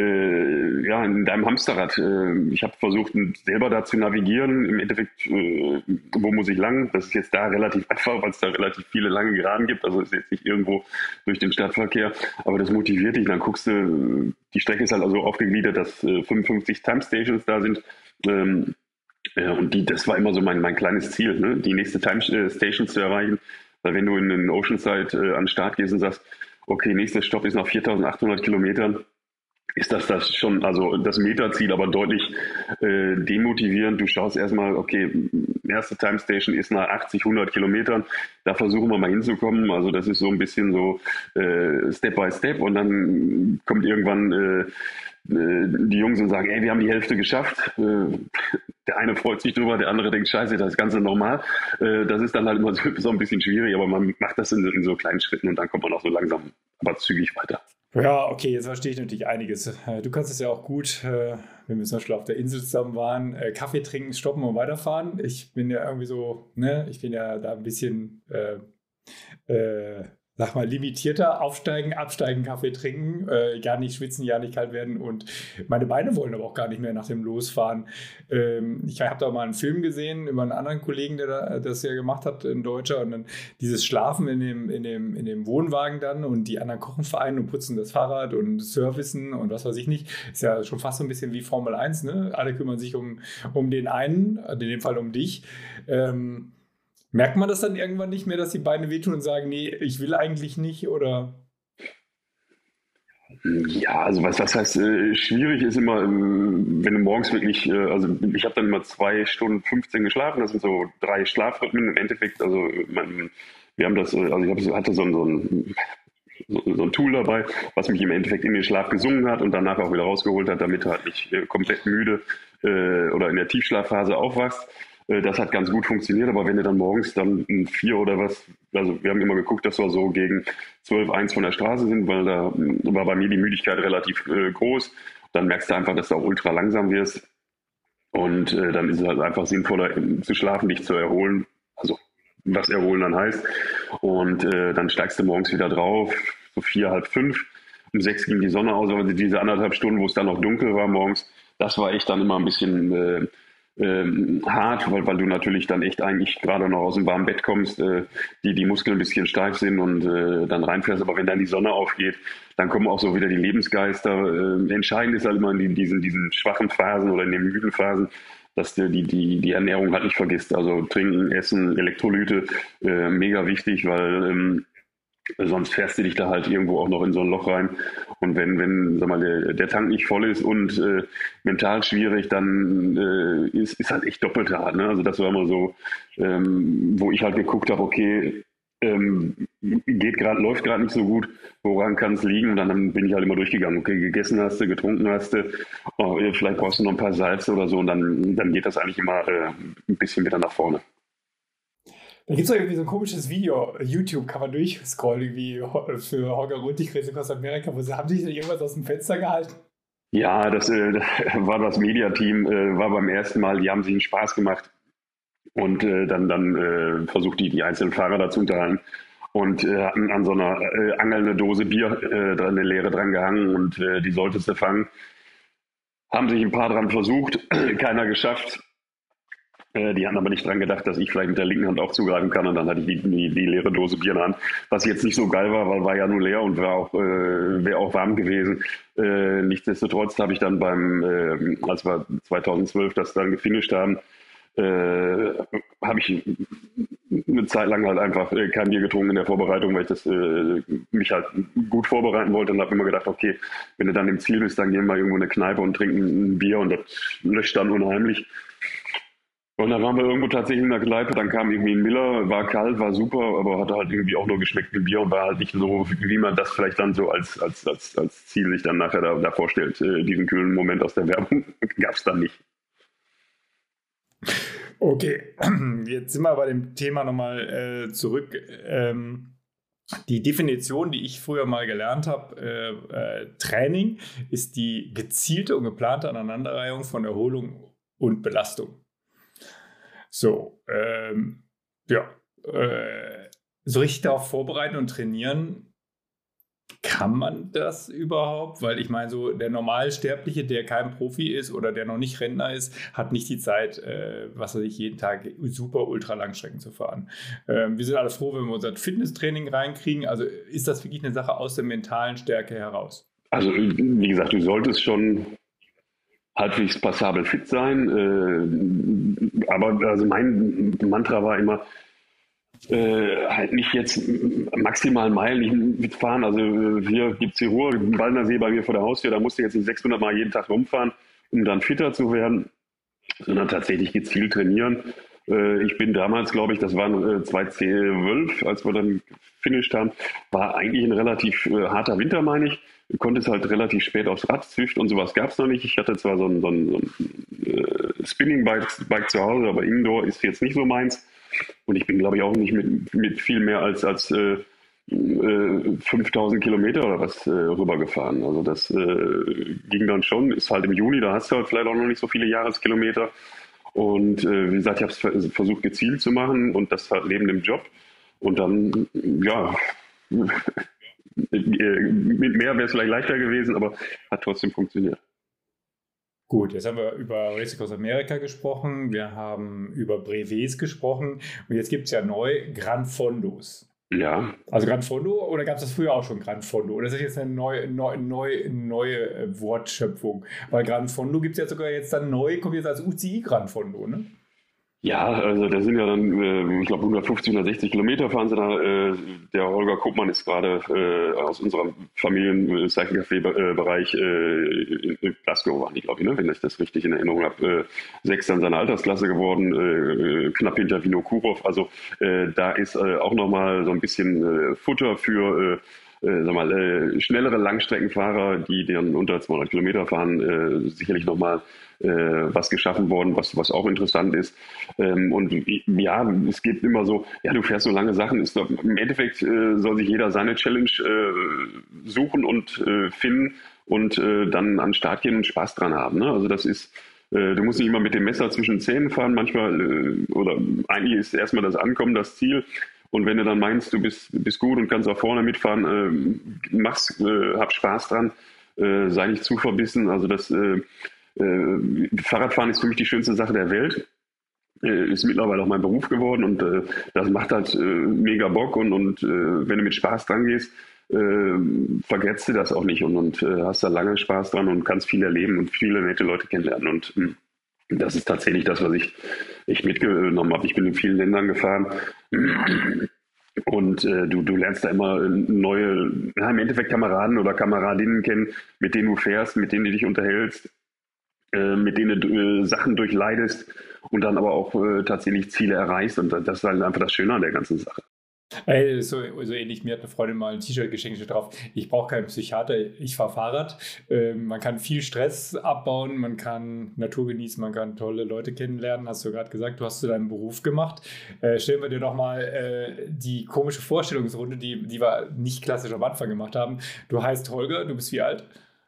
Hamsterrad. Ich habe versucht, selber da zu navigieren. Im Endeffekt, wo muss ich lang? Das ist jetzt da relativ einfach, weil es da relativ viele lange Geraden gibt. Also ist jetzt nicht irgendwo durch den Stadtverkehr. Aber das motiviert dich. Dann guckst du, die Strecke ist halt also aufgegliedert, dass 55 Time Stations da sind. Und das war immer so mein kleines Ziel, ne? Die nächste Time Station zu erreichen. Weil wenn du in den Oceanside an den Start gehst und sagst, okay, nächster Stopp ist nach 4.800 Kilometern, ist das schon, also das Meterziel, aber deutlich demotivierend. Du schaust erstmal, okay, erste Time Station ist nach 80, 100 Kilometern, da versuchen wir mal hinzukommen. Also das ist so ein bisschen so Step by Step, und dann kommt irgendwann die Jungs und sagen, ey, wir haben die Hälfte geschafft. Der eine freut sich drüber, der andere denkt, scheiße, das Ganze nochmal. Das ist dann halt immer so ein bisschen schwierig, aber man macht das in so kleinen Schritten, und dann kommt man auch so langsam, aber zügig weiter. Ja, okay, jetzt verstehe ich natürlich einiges. Du kannst es ja auch gut, wenn wir zum Beispiel auf der Insel zusammen waren, Kaffee trinken, stoppen und weiterfahren. Ich bin ja irgendwie so, ne, ich bin ja da ein bisschen sag mal, limitierter, aufsteigen, absteigen, Kaffee trinken, gar nicht schwitzen, ja nicht kalt werden, und meine Beine wollen aber auch gar nicht mehr nach dem Losfahren. Ich habe da mal einen Film gesehen über einen anderen Kollegen, der das ja gemacht hat, ein Deutscher, und dann dieses Schlafen in dem Wohnwagen dann, und die anderen kochen für einen und putzen das Fahrrad und servicen und was weiß ich nicht, ist ja schon fast so ein bisschen wie Formel 1, ne? Alle kümmern sich um den einen, in dem Fall um dich. Merkt man das dann irgendwann nicht mehr, dass die Beine wehtun und sagen, nee, ich will eigentlich nicht, oder? Ja, also was heißt, schwierig ist immer, wenn du morgens wirklich, also ich habe dann immer 2 Stunden 15 geschlafen, das sind so 3 Schlafrhythmen im Endeffekt. Also wir haben das, also ich hatte so ein Tool dabei, was mich im Endeffekt in den Schlaf gesungen hat und danach auch wieder rausgeholt hat, damit du halt nicht komplett müde oder in der Tiefschlafphase aufwachst. Das hat ganz gut funktioniert, aber wenn du dann morgens dann 4 oder was, also wir haben immer geguckt, dass wir so gegen 12, 1 von der Straße sind, weil da war bei mir die Müdigkeit relativ groß. Dann merkst du einfach, dass du auch ultra langsam wirst. Und dann ist es halt einfach sinnvoller zu schlafen, dich zu erholen. Also was erholen dann heißt. Und dann steigst du morgens wieder drauf, so 4, halb 5. Um 6 ging die Sonne aus, aber diese 1,5 Stunden, wo es dann noch dunkel war morgens, das war echt dann immer ein bisschen hart, weil du natürlich dann echt eigentlich gerade noch aus dem warmen Bett kommst, die Muskeln ein bisschen steif sind und dann reinfährst. Aber wenn dann die Sonne aufgeht, dann kommen auch so wieder die Lebensgeister. Entscheidend ist halt immer in diesen schwachen Phasen oder in den müden Phasen, dass du die Ernährung halt nicht vergisst. Also trinken, essen, Elektrolyte, mega wichtig, weil sonst fährst du dich da halt irgendwo auch noch in so ein Loch rein. Und wenn sag mal, der Tank nicht voll ist und mental schwierig, dann ist halt echt doppelt hart. Ne? Also das war immer so, wo ich halt geguckt habe, okay, läuft gerade nicht so gut, woran kann es liegen? Und dann bin ich halt immer durchgegangen. Okay, gegessen hast du, getrunken hast du, vielleicht brauchst du noch ein paar Salze oder so und dann geht das eigentlich immer ein bisschen wieder nach vorne. Da gibt es irgendwie so ein komisches Video, YouTube kann man durchscrollen, irgendwie für Holger Rund, Risiko aus Amerika, wo sie haben sich irgendwas aus dem Fenster gehalten. Ja, das war das Mediateam, war beim ersten Mal, die haben sich einen Spaß gemacht und dann versucht die einzelnen Fahrer da zu unterhalten und hatten an so einer Angel eine Dose Bier, eine leere dran gehangen und die solltest du fangen. Haben sich ein paar dran versucht, keiner geschafft. Die hatten aber nicht dran gedacht, dass ich vielleicht mit der linken Hand auch zugreifen kann und dann hatte ich die leere Dose Bier in der Hand, was jetzt nicht so geil war, weil war ja nur leer und wäre auch warm gewesen. Nichtsdestotrotz habe ich dann als wir 2012 das dann gefinisht haben, habe ich eine Zeit lang halt einfach kein Bier getrunken in der Vorbereitung, weil ich mich halt gut vorbereiten wollte und habe immer gedacht, okay, wenn du dann im Ziel bist, dann gehen wir irgendwo in eine Kneipe und trinken ein Bier und das löscht dann unheimlich. Und dann waren wir irgendwo tatsächlich in der Kneipe, dann kam irgendwie ein Miller, war kalt, war super, aber hatte halt irgendwie auch nur geschmeckt wie Bier und war halt nicht so, wie man das vielleicht dann so als Ziel sich dann nachher da vorstellt. Diesen kühlen Moment aus der Werbung gab es dann nicht. Okay, jetzt sind wir bei dem Thema nochmal zurück. Die Definition, die ich früher mal gelernt habe, Training ist die gezielte und geplante Aneinanderreihung von Erholung und Belastung. So, so richtig darauf vorbereiten und trainieren, kann man das überhaupt? Weil ich meine, so der Normalsterbliche, der kein Profi ist oder der noch nicht Rentner ist, hat nicht die Zeit, jeden Tag super ultra Langstrecken zu fahren. Wir sind alle froh, wenn wir unser Fitnesstraining reinkriegen. Also ist das wirklich eine Sache aus der mentalen Stärke heraus? Also wie gesagt, du solltest schon halbwegs passabel fit sein. Aber also mein Mantra war immer, halt nicht jetzt maximal Meilen fahren. Also hier gibt es die Ruhr, Baldner See bei mir vor der Haustür, da musst du jetzt nicht 600 Mal jeden Tag rumfahren, um dann fitter zu werden, sondern tatsächlich gezielt trainieren. Ich bin damals, glaube ich, das war 2012, als wir dann finished haben, war eigentlich ein relativ harter Winter, meine ich. Du konntest halt relativ spät aufs Rad, Zwift und sowas gab es noch nicht. Ich hatte zwar so ein Spinning-Bike zu Hause, aber Indoor ist jetzt nicht so meins. Und ich bin, glaube ich, auch nicht mit viel mehr als 5000 Kilometer oder was rübergefahren. Also das ging dann schon, ist halt im Juni, da hast du halt vielleicht auch noch nicht so viele Jahreskilometer. Und wie gesagt, ich habe es versucht gezielt zu machen und das halt neben dem Job. Und dann, ja, mit mehr wäre es vielleicht leichter gewesen, aber hat trotzdem funktioniert. Gut, jetzt haben wir über Race Across America gesprochen, wir haben über Brevets gesprochen und jetzt gibt es ja neu Gran Fondos. Ja. Also Gran Fondo oder gab es das früher auch schon Gran Fondo? Oder ist das jetzt eine neue Wortschöpfung? Weil Gran Fondo gibt es ja sogar jetzt dann neu, kommt jetzt als UCI Gran Fondo, ne? Ja, also da sind ja dann, ich glaube 150, 160 Kilometer fahren sie da. Der Holger Koopmann ist gerade aus unserem Familien-Cycling-Café-Bereich in Glasgow waren die, glaube ich, ne? Wenn ich das richtig in Erinnerung habe. Sechster in seiner Altersklasse geworden, knapp hinter Vinokurov. Also da ist auch nochmal so ein bisschen Futter für schnellere Langstreckenfahrer, die dann unter 200 Kilometer fahren, sicherlich nochmal was geschaffen worden, was auch interessant ist. Und ja, es geht immer so, ja, du fährst so lange Sachen, im Endeffekt soll sich jeder seine Challenge suchen und finden und dann an den Start gehen und Spaß dran haben. Ne? Also das ist Du musst nicht immer mit dem Messer zwischen den Zähnen fahren, manchmal, oder eigentlich ist erstmal das Ankommen das Ziel. Und wenn du dann meinst, du bist gut und kannst auch vorne mitfahren, hab Spaß dran, sei nicht zu verbissen. Also Fahrradfahren ist für mich die schönste Sache der Welt. Ist mittlerweile auch mein Beruf geworden und das macht halt mega Bock und wenn du mit Spaß dran gehst, vergesst du das auch nicht und hast da lange Spaß dran und kannst viel erleben und viele nette Leute kennenlernen und das ist tatsächlich das, was ich echt mitgenommen habe. Ich bin in vielen Ländern gefahren und du lernst da immer neue, ja, im Endeffekt Kameraden oder Kameradinnen kennen, mit denen du fährst, mit denen du dich unterhältst, mit denen du Sachen durchleidest und dann aber auch tatsächlich Ziele erreichst. Und das ist halt einfach das Schöne an der ganzen Sache. Ey, so ähnlich, mir hat eine Freundin mal ein T-Shirt geschenkt, steht drauf, ich brauche keinen Psychiater, ich fahre Fahrrad. Man kann viel Stress abbauen, man kann Natur genießen, man kann tolle Leute kennenlernen, hast du gerade gesagt, du hast zu deinem Beruf gemacht. Stellen wir dir doch mal die komische Vorstellungsrunde, die wir nicht klassisch am Anfang gemacht haben. Du heißt Holger, du bist wie alt?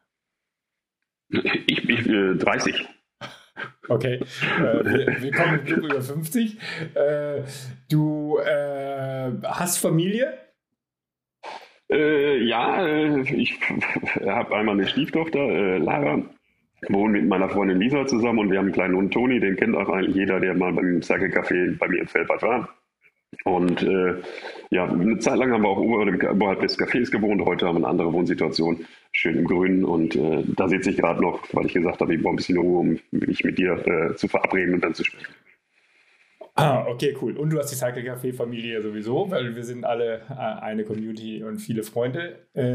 Ich bin 30. Okay, willkommen im Club über 50. Du hast Familie? Ja, ich habe einmal eine Stieftochter, Lara, wohne mit meiner Freundin Lisa zusammen und wir haben einen kleinen Hund Toni, den kennt auch eigentlich jeder, der mal beim Cycle Café bei mir im Feldbad war. Und ja, eine Zeit lang haben wir auch oberhalb des Cafés gewohnt. Heute haben wir eine andere Wohnsituation, schön im Grünen. Und da sitze ich gerade noch, weil ich gesagt habe, ich brauche ein bisschen Ruhe, um mich mit dir zu verabreden und dann zu sprechen. Ah, okay, cool. Und du hast die Cycle Café Familie sowieso, weil wir sind alle eine Community und viele Freunde.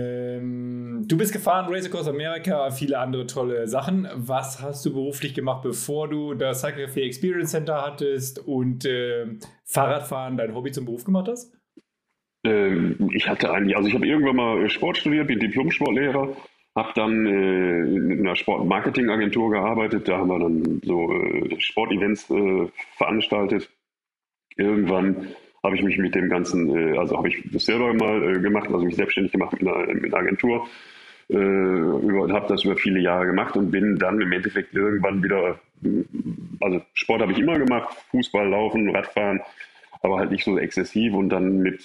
Du bist gefahren, Race Across America, viele andere tolle Sachen. Was hast du beruflich gemacht, bevor du das Cycle Café Experience Center hattest und Fahrradfahren dein Hobby zum Beruf gemacht hast? Ich habe irgendwann mal Sport studiert, bin Diplom-Sportlehrer, habe dann in einer Sport-Marketing-Agentur gearbeitet, da haben wir dann so Sportevents veranstaltet. Irgendwann habe ich mich mit dem Ganzen, also habe ich das selber mal gemacht, also mich selbstständig gemacht mit einer Agentur, habe das über viele Jahre gemacht und bin dann im Endeffekt irgendwann wieder, also Sport habe ich immer gemacht, Fußball, Laufen, Radfahren, aber halt nicht so exzessiv und dann mit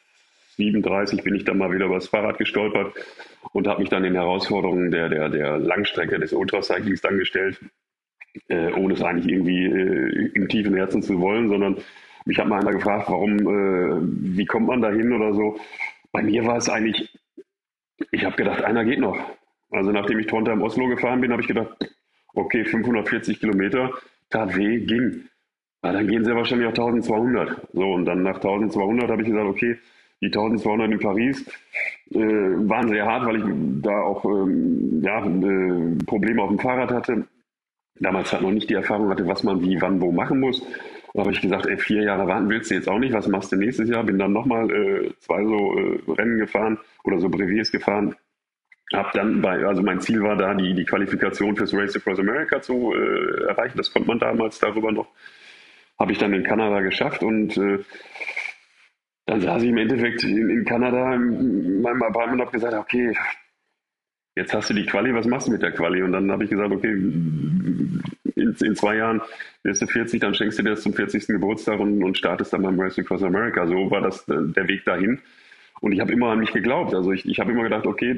37 bin ich dann mal wieder über das Fahrrad gestolpert und habe mich dann den Herausforderungen der Langstrecke des Ultracyclings dann gestellt, ohne es eigentlich irgendwie im tiefen Herzen zu wollen, sondern mich hat mal einer gefragt, wie kommt man da hin oder so. Bei mir war es eigentlich, ich habe gedacht, einer geht noch. Also nachdem ich Trondheim Oslo gefahren bin, habe ich gedacht, okay, 540 Kilometer, tat weh, ging. Na, dann gehen sie wahrscheinlich auf 1200. So, und dann nach 1200 habe ich gesagt, okay, die 1200 in Paris waren sehr hart, weil ich da auch Probleme auf dem Fahrrad hatte. Damals halt noch nicht die Erfahrung hatte, was man wie, wann, wo machen muss. Da habe ich gesagt, 4 Jahre warten willst du jetzt auch nicht, was machst du nächstes Jahr? Bin dann nochmal 2 so Rennen gefahren oder so Brevets gefahren. Also mein Ziel war da, die Qualifikation fürs Race Across America zu erreichen. Das konnte man damals darüber noch. Habe ich dann in Kanada geschafft und dann saß ich im Endeffekt in Kanada in meinem Apartment und habe gesagt, okay, jetzt hast du die Quali, was machst du mit der Quali? Und dann habe ich gesagt, okay, in 2 Jahren wirst du 40, dann schenkst du dir das zum 40. Geburtstag und startest dann beim Race Across America. So war das der Weg dahin. Und ich habe immer an mich geglaubt. Also ich habe immer gedacht, okay,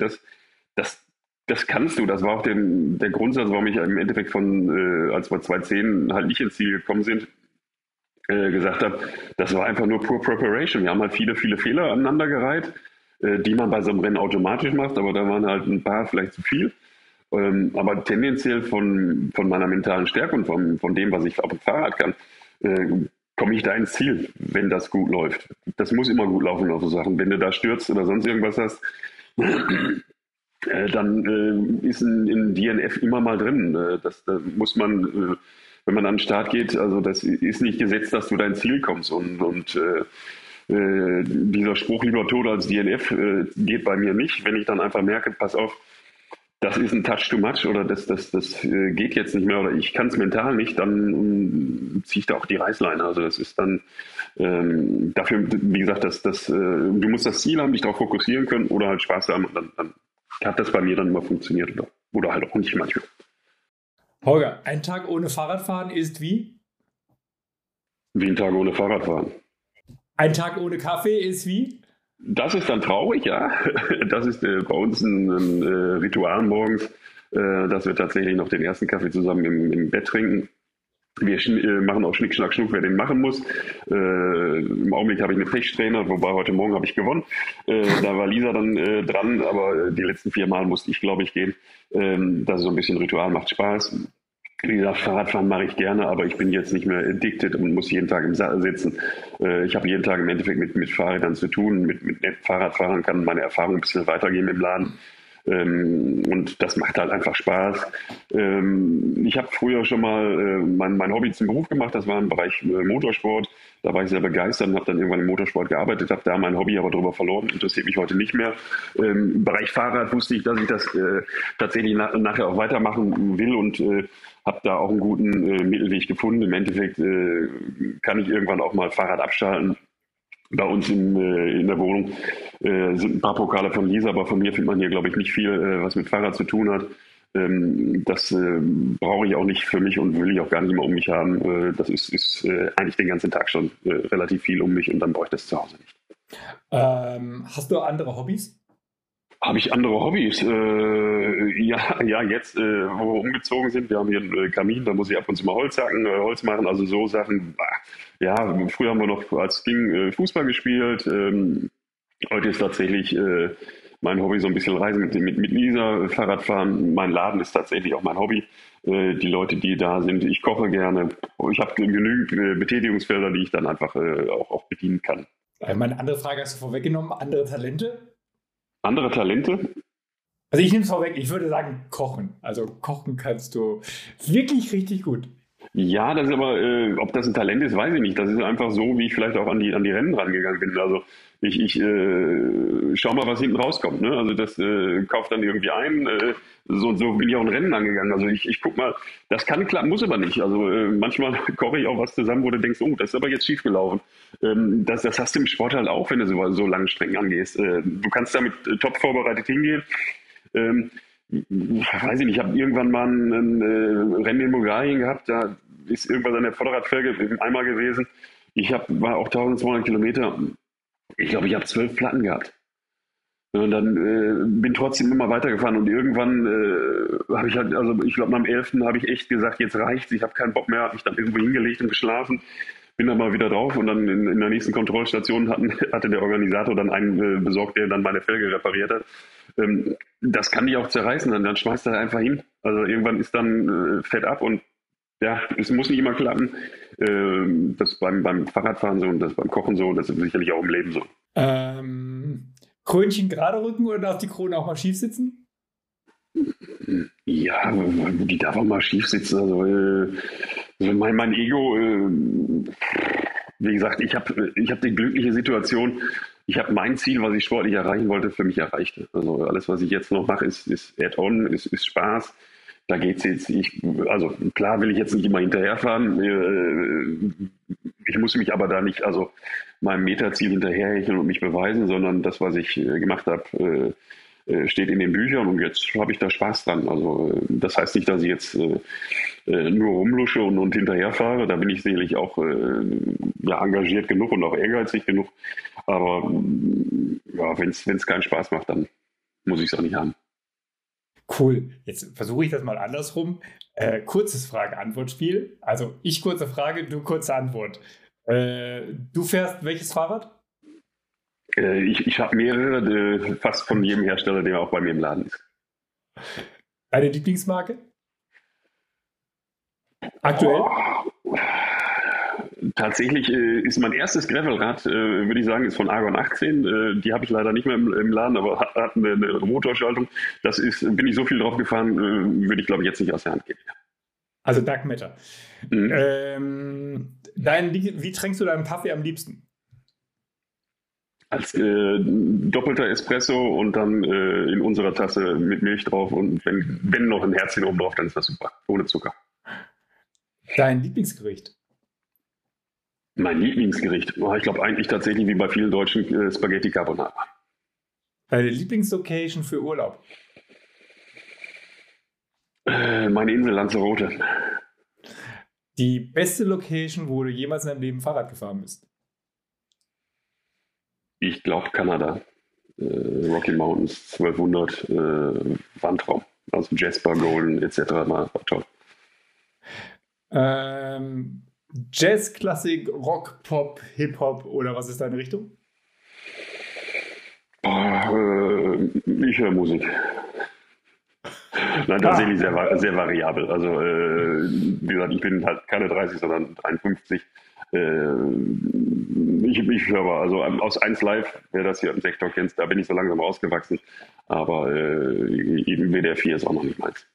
das kannst du. Das war auch der Grundsatz, warum ich im Endeffekt als wir 2010 halt nicht ins Ziel gekommen sind, gesagt habe, das war einfach nur pure Preparation. Wir haben halt viele, viele Fehler aneinandergereiht, die man bei so einem Rennen automatisch macht, aber da waren halt ein paar vielleicht zu viel. Aber tendenziell von meiner mentalen Stärke und von dem, was ich auf dem Fahrrad kann, komme ich da ins Ziel, wenn das gut läuft. Das muss immer gut laufen auf so Sachen. Wenn du da stürzt oder sonst irgendwas hast, dann ist ein DNF immer mal drin. Da muss man, wenn man an den Start geht, also das ist nicht gesetzt, dass du dein Ziel kommst. Und dieser Spruch, lieber tot als DNF, geht bei mir nicht. Wenn ich dann einfach merke, pass auf, das ist ein Touch too much oder das geht jetzt nicht mehr oder ich kann es mental nicht, dann ziehe ich da auch die Reißleine. Also das ist dann dafür, wie gesagt, du musst das Ziel haben, dich darauf fokussieren können oder halt Spaß haben und dann hat das bei mir dann immer funktioniert oder halt auch nicht manchmal. Holger, ein Tag ohne Fahrradfahren ist wie? Wie ein Tag ohne Fahrradfahren. Ein Tag ohne Kaffee ist wie? Das ist dann traurig, ja. Das ist bei uns ein Ritual morgens, dass wir tatsächlich noch den ersten Kaffee zusammen im Bett trinken. Wir machen auch Schnick, Schnack, Schnuck, wer den machen muss. Im Augenblick habe ich eine Pechsträhne, wobei heute Morgen habe ich gewonnen. Da war Lisa dann dran, aber die letzten 4 Mal musste ich, glaube ich, gehen. Das ist so ein bisschen Ritual, macht Spaß. Wie gesagt, Fahrradfahren mache ich gerne, aber ich bin jetzt nicht mehr addicted und muss jeden Tag im Sattel sitzen. Ich habe jeden Tag im Endeffekt mit Fahrrädern zu tun. Mit Fahrradfahrern kann meine Erfahrung ein bisschen weitergehen im Laden. Und das macht halt einfach Spaß. Ich habe früher schon mal mein Hobby zum Beruf gemacht. Das war im Bereich Motorsport. Da war ich sehr begeistert und habe dann irgendwann im Motorsport gearbeitet, habe da mein Hobby aber drüber verloren. Interessiert mich heute nicht mehr. Im Bereich Fahrrad wusste ich, dass ich das tatsächlich nachher auch weitermachen will und habe da auch einen guten Mittelweg gefunden. Im Endeffekt kann ich irgendwann auch mal Fahrrad abschalten. Bei uns in der Wohnung sind ein paar Pokale von Lisa, aber von mir findet man hier, glaube ich, nicht viel, was mit Fahrrad zu tun hat. Das brauche ich auch nicht für mich und will ich auch gar nicht mehr um mich haben. Das ist eigentlich den ganzen Tag schon relativ viel um mich und dann brauche ich das zu Hause nicht. Hast du andere Hobbys? Habe ich andere Hobbys? Ja, jetzt, wo wir umgezogen sind, wir haben hier einen Kamin, da muss ich ab und zu mal Holz hacken, Holz machen, also so Sachen. Ja, früher haben wir noch als Ding Fußball gespielt. Heute ist tatsächlich mein Hobby so ein bisschen Reisen mit Lisa, Fahrradfahren. Mein Laden ist tatsächlich auch mein Hobby. Die Leute, die da sind, ich koche gerne. Ich habe genügend Betätigungsfelder, die ich dann einfach auch bedienen kann. Meine andere Frage hast du vorweggenommen. Andere Talente? Andere Talente? Also ich nehme es vorweg, ich würde sagen kochen. Also kochen kannst du wirklich richtig gut. Ja, das ist aber, ob das ein Talent ist, weiß ich nicht. Das ist einfach so, wie ich vielleicht auch an die Rennen rangegangen bin. Also ich schau mal, was hinten rauskommt. Ne? Also das kauft dann irgendwie ein. So bin ich auch ein Rennen angegangen. Also ich guck mal, das kann klappen, muss aber nicht. Also manchmal koche ich auch was zusammen, wo du denkst, oh, das ist aber jetzt schief gelaufen. Das hast du im Sport halt auch, wenn du so lange Strecken angehst. Du kannst damit top vorbereitet hingehen. Weiß ich nicht, ich habe irgendwann mal ein Rennen in Bulgarien gehabt, da ist irgendwas an der Vorderradfelge im Eimer gewesen. War auch 1200 Kilometer. Ich glaube, ich habe 12 Platten gehabt. Und dann bin trotzdem immer weitergefahren und irgendwann habe ich halt, also ich glaube, am 11. habe ich echt gesagt, jetzt reicht's, ich habe keinen Bock mehr, habe mich dann irgendwo hingelegt und geschlafen. Bin dann mal wieder drauf und dann in der nächsten Kontrollstation hatte der Organisator dann einen besorgt, der dann meine Felge repariert hat. Das kann dich auch zerreißen, dann schmeißt er einfach hin. Also irgendwann ist dann Fett ab und ja, es muss nicht immer klappen. Das beim Fahrradfahren so und das beim Kochen so, das ist sicherlich auch im Leben so. Krönchen gerade rücken oder darf die Krone auch mal schief sitzen? Ja, die darf auch mal schief sitzen. Also mein Ego, wie gesagt, ich hab die glückliche Situation, ich habe mein Ziel, was ich sportlich erreichen wollte, für mich erreicht. Also alles, was ich jetzt noch mache, ist Add-on, ist Spaß. Da geht's jetzt, also klar will ich jetzt nicht immer hinterherfahren. Ich muss mich aber da nicht, also meinem Metaziel hinterherhecheln und mich beweisen, sondern das, was ich gemacht habe, steht in den Büchern und jetzt habe ich da Spaß dran. Also das heißt nicht, dass ich jetzt nur rumlusche und hinterherfahre. Da bin ich sicherlich auch engagiert genug und auch ehrgeizig genug. Aber ja, wenn es keinen Spaß macht, dann muss ich es auch nicht haben. Cool. Jetzt versuche ich das mal andersrum. Kurzes Frage-Antwort-Spiel. Also ich kurze Frage, du kurze Antwort. Du fährst welches Fahrrad? Ich habe mehrere, fast von jedem Hersteller, der auch bei mir im Laden ist. Deine Lieblingsmarke? Aktuell? Tatsächlich ist mein erstes Gravelrad, würde ich sagen, ist von Argon 18. Die habe ich leider nicht mehr im Laden, aber hat eine Motorschaltung. Bin ich so viel drauf gefahren, würde ich, glaube ich, jetzt nicht aus der Hand geben. Also Dark Matter. Wie trinkst du deinen Kaffee am liebsten? Als doppelter Espresso und dann in unserer Tasse mit Milch drauf und wenn noch ein Herzchen oben drauf, dann ist das super. Ohne Zucker. Dein Lieblingsgericht? Mein Lieblingsgericht? Ich glaube eigentlich tatsächlich wie bei vielen Deutschen Spaghetti Carbonara. Deine Lieblingslocation für Urlaub? Meine Insel Lanzarote. Die beste Location, wo du jemals in deinem Leben Fahrrad gefahren bist? Ich glaube Kanada. Rocky Mountains 1200, Wandtraum. Also Jasper, Golden etc. War toll. Jazz, Klassik, Rock, Pop, Hip-Hop oder was ist deine Richtung? Ich höre Musik. Nein, tatsächlich sehr, sehr variabel. Also, wie gesagt, ich bin halt keine 30, sondern 51. Ich höre aber, also aus 1 Live, wer das hier im Sektor kennt, da bin ich so langsam rausgewachsen. Aber eben WDR 4 ist auch noch nicht meins.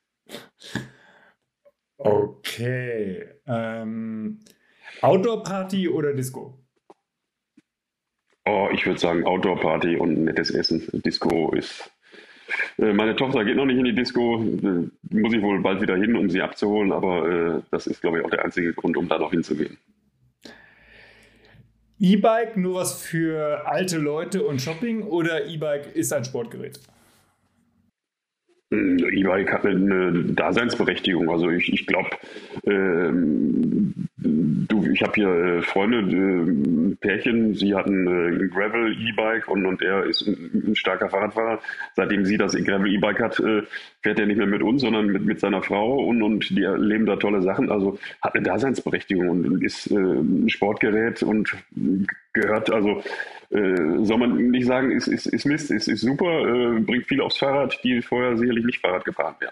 Okay. Outdoor-Party oder Disco? Oh, ich würde sagen Outdoor-Party und nettes Essen. Disco ist... Meine Tochter geht noch nicht in die Disco, muss ich wohl bald wieder hin, um sie abzuholen, aber das ist, glaube ich, auch der einzige Grund, um da noch hinzugehen. E-Bike nur was für alte Leute und Shopping oder E-Bike ist ein Sportgerät? E-Bike hat eine Daseinsberechtigung. Also ich glaube, ich habe hier Freunde, ein Pärchen, sie hatten ein Gravel-E-Bike und er ist ein starker Fahrradfahrer. Seitdem sie das Gravel-E-Bike hat, fährt er nicht mehr mit uns, sondern mit seiner Frau und die erleben da tolle Sachen. Also hat eine Daseinsberechtigung und ist ein Sportgerät und gehört, also soll man nicht sagen, ist Mist, ist super, bringt viel aufs Fahrrad, die vorher sicherlich nicht Fahrrad gefahren wären.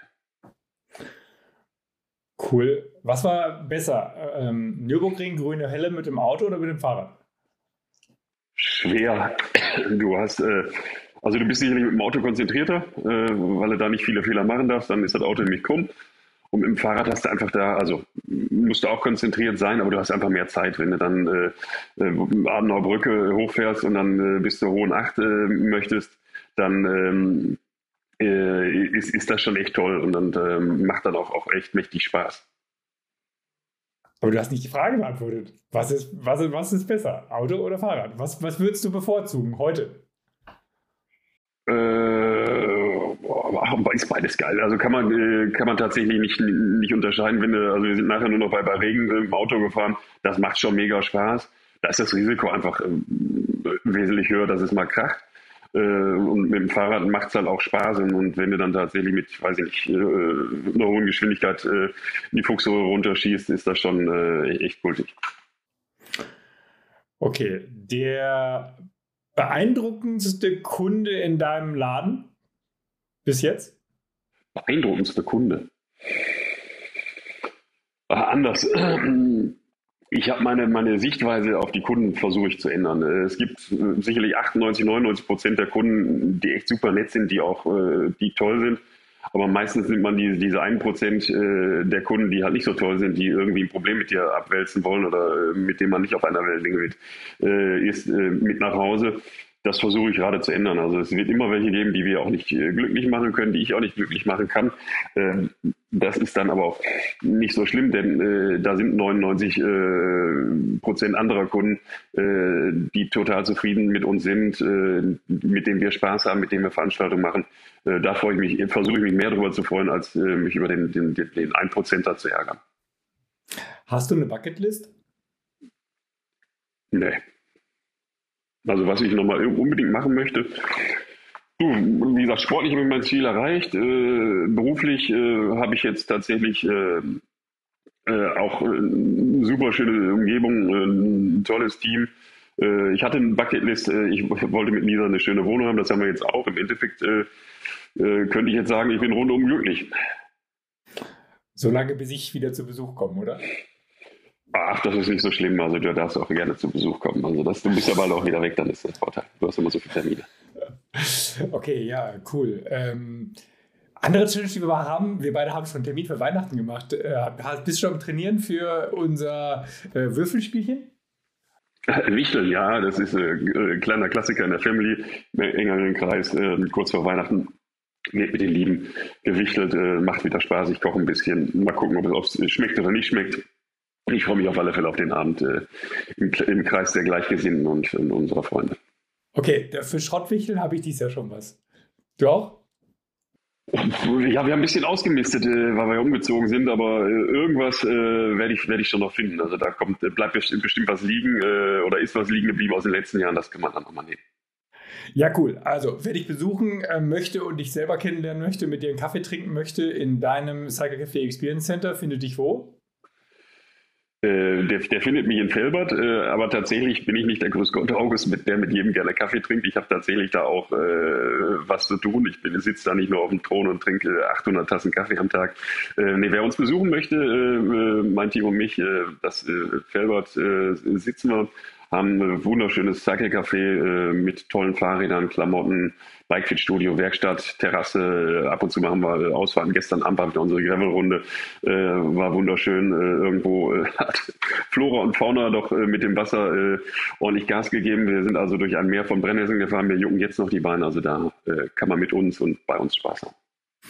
Cool. Was war besser? Nürburgring, grüne Helle mit dem Auto oder mit dem Fahrrad? Schwer. Also du bist sicherlich mit dem Auto konzentrierter, weil du da nicht viele Fehler machen darfst, dann ist das Auto nämlich krumm. Und mit dem Fahrrad hast du einfach also musst du auch konzentriert sein, aber du hast einfach mehr Zeit, wenn du dann Adenauer Brücke hochfährst und dann bis zur Hohen Acht möchtest, dann ist das schon echt toll und dann macht dann auch echt mächtig Spaß. Aber du hast nicht die Frage beantwortet. Was ist besser? Auto oder Fahrrad? Was würdest du bevorzugen heute? Ist beides geil. Also kann man tatsächlich nicht unterscheiden. Also wir sind nachher nur noch bei Regen im Auto gefahren. Das macht schon mega Spaß. Da ist das Risiko einfach wesentlich höher, dass es mal kracht. Und mit dem Fahrrad macht es halt auch Spaß. Und wenn du dann tatsächlich mit, weiß ich nicht, einer hohen Geschwindigkeit die Fuchsröhre runterschießt, ist das schon echt kultig. Okay, der beeindruckendste Kunde in deinem Laden bis jetzt? Beeindruckendste Kunde? Anders. Ich habe meine Sichtweise auf die Kunden versuche ich zu ändern. Es gibt sicherlich 98-99% der Kunden, die echt super nett sind, die toll sind. Aber meistens nimmt man diese 1% der Kunden, die halt nicht so toll sind, die irgendwie ein Problem mit dir abwälzen wollen oder mit dem man nicht auf einer Wellenlänge ist, mit nach Hause. Das versuche ich gerade zu ändern. Also es wird immer welche geben, die wir auch nicht glücklich machen können, die ich auch nicht glücklich machen kann. Das ist dann aber auch nicht so schlimm, denn da sind 99% anderer Kunden, die total zufrieden mit uns sind, mit denen wir Spaß haben, mit denen wir Veranstaltungen machen. Da versuche ich mich mehr darüber zu freuen, als mich über den 1%er zu ärgern. Hast du eine Bucketlist? Nee. Also was ich nochmal unbedingt machen möchte, wie gesagt, sportlich habe ich mein Ziel erreicht. Beruflich habe ich jetzt tatsächlich auch eine super schöne Umgebung, ein tolles Team. Ich hatte eine Bucketlist, ich wollte mit Lisa eine schöne Wohnung haben, das haben wir jetzt auch. Im Endeffekt könnte ich jetzt sagen, ich bin rundum glücklich. Solange bis ich wieder zu Besuch komme, oder? Ach, das ist nicht so schlimm. Also du darfst auch gerne zu Besuch kommen. Also du bist ja bald auch wieder weg, dann ist das Vorteil. Du hast immer so viele Termine. Okay, ja, cool. Andere Challenge, die wir haben, wir beide haben schon einen Termin für Weihnachten gemacht. Bist du schon am Trainieren für unser Würfelspielchen? Wichteln, ja, das ist ein kleiner Klassiker in der Family, im engeren Kreis, kurz vor Weihnachten. Mit den Lieben gewichtelt, macht wieder Spaß. Ich koche ein bisschen. Mal gucken, ob es schmeckt oder nicht schmeckt. Ich freue mich auf alle Fälle auf den Abend im Kreis der Gleichgesinnten und unserer Freunde. Okay, für Schrottwichteln habe ich dies Jahr schon was. Du auch? Ja, wir haben ein bisschen ausgemistet, weil wir ja umgezogen sind, aber irgendwas werd ich schon noch finden. Also da bleibt bestimmt was liegen oder ist was liegen geblieben aus den letzten Jahren, das kann man dann nochmal nehmen. Ja, cool. Also, wer dich besuchen möchte und dich selber kennenlernen möchte, mit dir einen Kaffee trinken möchte in deinem Cycle Café Experience Center, findet dich wo? Der findet mich in Velbert, aber tatsächlich bin ich nicht der Grüß Gott August, der mit jedem gerne Kaffee trinkt. Ich habe tatsächlich da auch was zu tun. Ich sitze da nicht nur auf dem Thron und trinke 800 Tassen Kaffee am Tag. Nee, wer uns besuchen möchte, mein Team und mich, Velbert sitzen wir, haben ein wunderschönes Cycle-Café mit tollen Fahrrädern, Klamotten, Bikefit-Studio, Werkstatt, Terrasse. Ab und zu machen wir Ausfahrten. Gestern Abend hatten wir unsere Gravel-Runde. War wunderschön. Irgendwo hat Flora und Fauna doch mit dem Wasser ordentlich Gas gegeben. Wir sind also durch ein Meer von Brennnesseln gefahren. Wir jucken jetzt noch die Beine. Also da kann man mit uns und bei uns Spaß haben.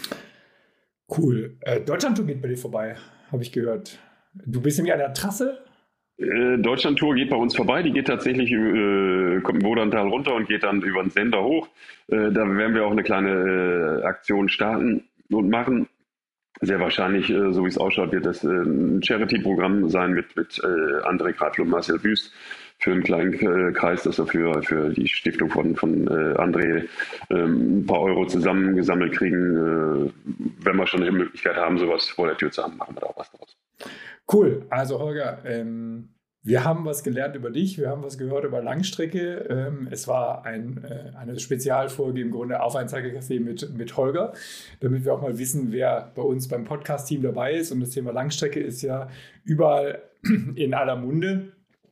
Cool. Deutschlandtour geht bei dir vorbei, habe ich gehört. Du bist nämlich an der Trasse. Deutschland-Tour geht bei uns vorbei. Die geht tatsächlich, kommt im Wodantal runter und geht dann über den Sender hoch. Da werden wir auch eine kleine Aktion starten und machen. Sehr wahrscheinlich, so wie es ausschaut, wird das ein Charity-Programm sein mit André Greifel und Marcel Wüst für einen kleinen Kreis, dass wir für die Stiftung von André ein paar Euro zusammengesammelt kriegen. Wenn wir schon eine Möglichkeit haben, sowas vor der Tür zu haben, machen wir da auch was draus. Cool. Also Holger, wir haben was gelernt über dich, wir haben was gehört über Langstrecke. Es war eine Spezialfolge im Grunde auf ein Cycle-Café mit Holger, damit wir auch mal wissen, wer bei uns beim Podcast-Team dabei ist. Und das Thema Langstrecke ist ja überall in aller Munde.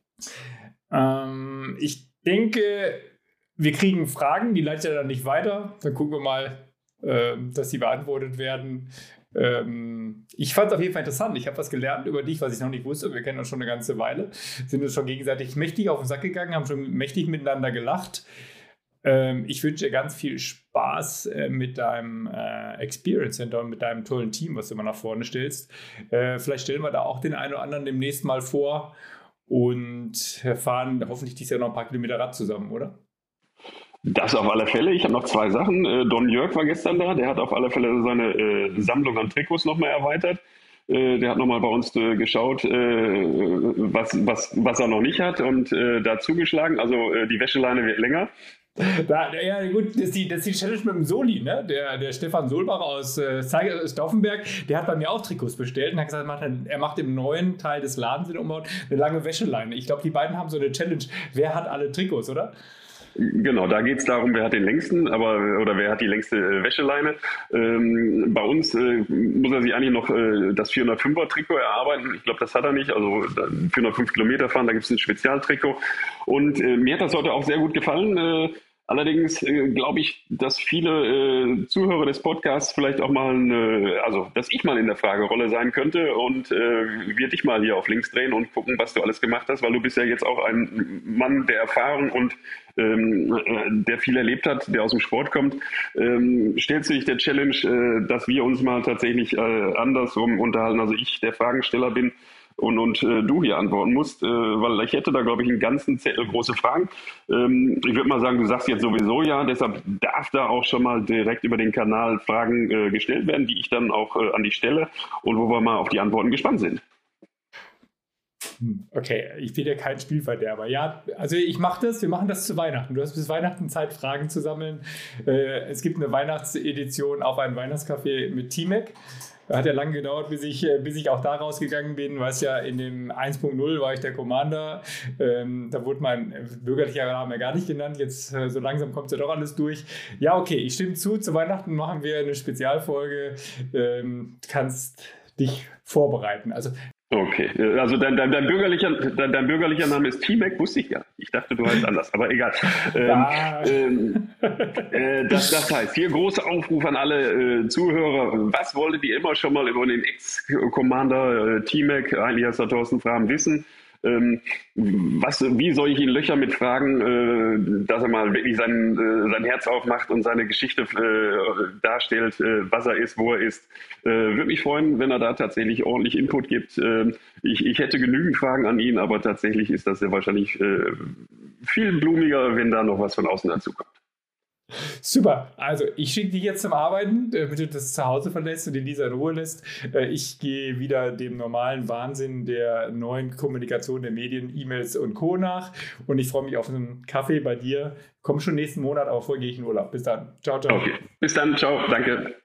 Ich denke, wir kriegen Fragen, die leite ich dann nicht weiter. Dann gucken wir mal, dass sie beantwortet werden. Ich fand es auf jeden Fall interessant. Ich habe was gelernt über dich, was ich noch nicht wusste. Wir kennen uns schon eine ganze Weile, sind uns schon gegenseitig mächtig auf den Sack gegangen, haben schon mächtig miteinander gelacht. Ich wünsche dir ganz viel Spaß mit deinem Experience Center und mit deinem tollen Team, was du immer nach vorne stellst. Vielleicht stellen wir da auch den einen oder anderen demnächst mal vor und fahren hoffentlich dieses Jahr noch ein paar Kilometer Rad zusammen, oder? Das auf alle Fälle. Ich habe noch 2 Sachen. Don Jörg war gestern da. Der hat auf alle Fälle seine Sammlung an Trikots nochmal erweitert. Der hat nochmal bei uns geschaut, was er noch nicht hat und da zugeschlagen. Also die Wäscheleine wird länger. Ja, gut, das ist die Challenge mit dem Soli, ne? Der Stefan Solbach aus Stauffenberg, der hat bei mir auch Trikots bestellt und hat gesagt, er macht im neuen Teil des Ladens den Umbau eine lange Wäscheleine. Ich glaube, die beiden haben so eine Challenge. Wer hat alle Trikots, oder? Genau, da geht es darum, wer hat den längsten, oder wer hat die längste Wäscheleine. Bei uns muss er sich eigentlich noch das 405er-Trikot erarbeiten. Ich glaube, das hat er nicht. Also 405 Kilometer fahren, da gibt es ein Spezialtrikot. Und mir hat das heute auch sehr gut gefallen. Allerdings glaube ich, dass viele Zuhörer des Podcasts vielleicht auch mal, dass ich mal in der Fragerolle sein könnte und wir dich mal hier auf links drehen und gucken, was du alles gemacht hast, weil du bist ja jetzt auch ein Mann der Erfahrung und der viel erlebt hat, der aus dem Sport kommt. Stellst du dich der Challenge, dass wir uns mal tatsächlich andersrum unterhalten, also ich der Fragensteller bin, und du hier antworten musst, weil ich hätte da, glaube ich, einen ganzen Zettel große Fragen. Ich würde mal sagen, du sagst jetzt sowieso ja, deshalb darf da auch schon mal direkt über den Kanal Fragen gestellt werden, die ich dann auch an dich stelle und wo wir mal auf die Antworten gespannt sind. Okay, ich bin ja kein Spielverderber. Ja, also wir machen das zu Weihnachten. Du hast bis Weihnachten Zeit, Fragen zu sammeln. Es gibt eine Weihnachtsedition auf ein Weihnachtscafé mit T-Mac. Hat ja lange gedauert, bis ich auch da rausgegangen bin. Weißt ja, in dem 1.0 war ich der Commander. Da wurde mein bürgerlicher Name ja gar nicht genannt. Jetzt so langsam kommt ja doch alles durch. Ja, okay, ich stimme zu. Zu Weihnachten machen wir eine Spezialfolge. Kannst dich vorbereiten. Also okay, also dein bürgerlicher Name ist T-Mac, wusste ich gar nicht. Ich dachte, du heißt anders, aber egal. Das heißt, hier großer Aufruf an alle Zuhörer. Was wolltet ihr immer schon mal über den Ex-Commander T-Mac, alias Thorsten Frahm, wissen? Wie soll ich ihn löchern mit Fragen, dass er mal wirklich sein Herz aufmacht und seine Geschichte darstellt, was er ist, wo er ist. Würde mich freuen, wenn er da tatsächlich ordentlich Input gibt. Ich hätte genügend Fragen an ihn, aber tatsächlich ist das ja wahrscheinlich viel blumiger, wenn da noch was von außen dazu kommt. Super. Also, ich schicke dich jetzt zum Arbeiten, damit du das zu Hause verlässt und die Lisa in Ruhe lässt. Ich gehe wieder dem normalen Wahnsinn der neuen Kommunikation der Medien, E-Mails und Co. nach. Und ich freue mich auf einen Kaffee bei dir. Komm schon nächsten Monat, aber vorher gehe ich in Urlaub. Bis dann. Ciao, ciao. Okay, bis dann. Ciao. Danke.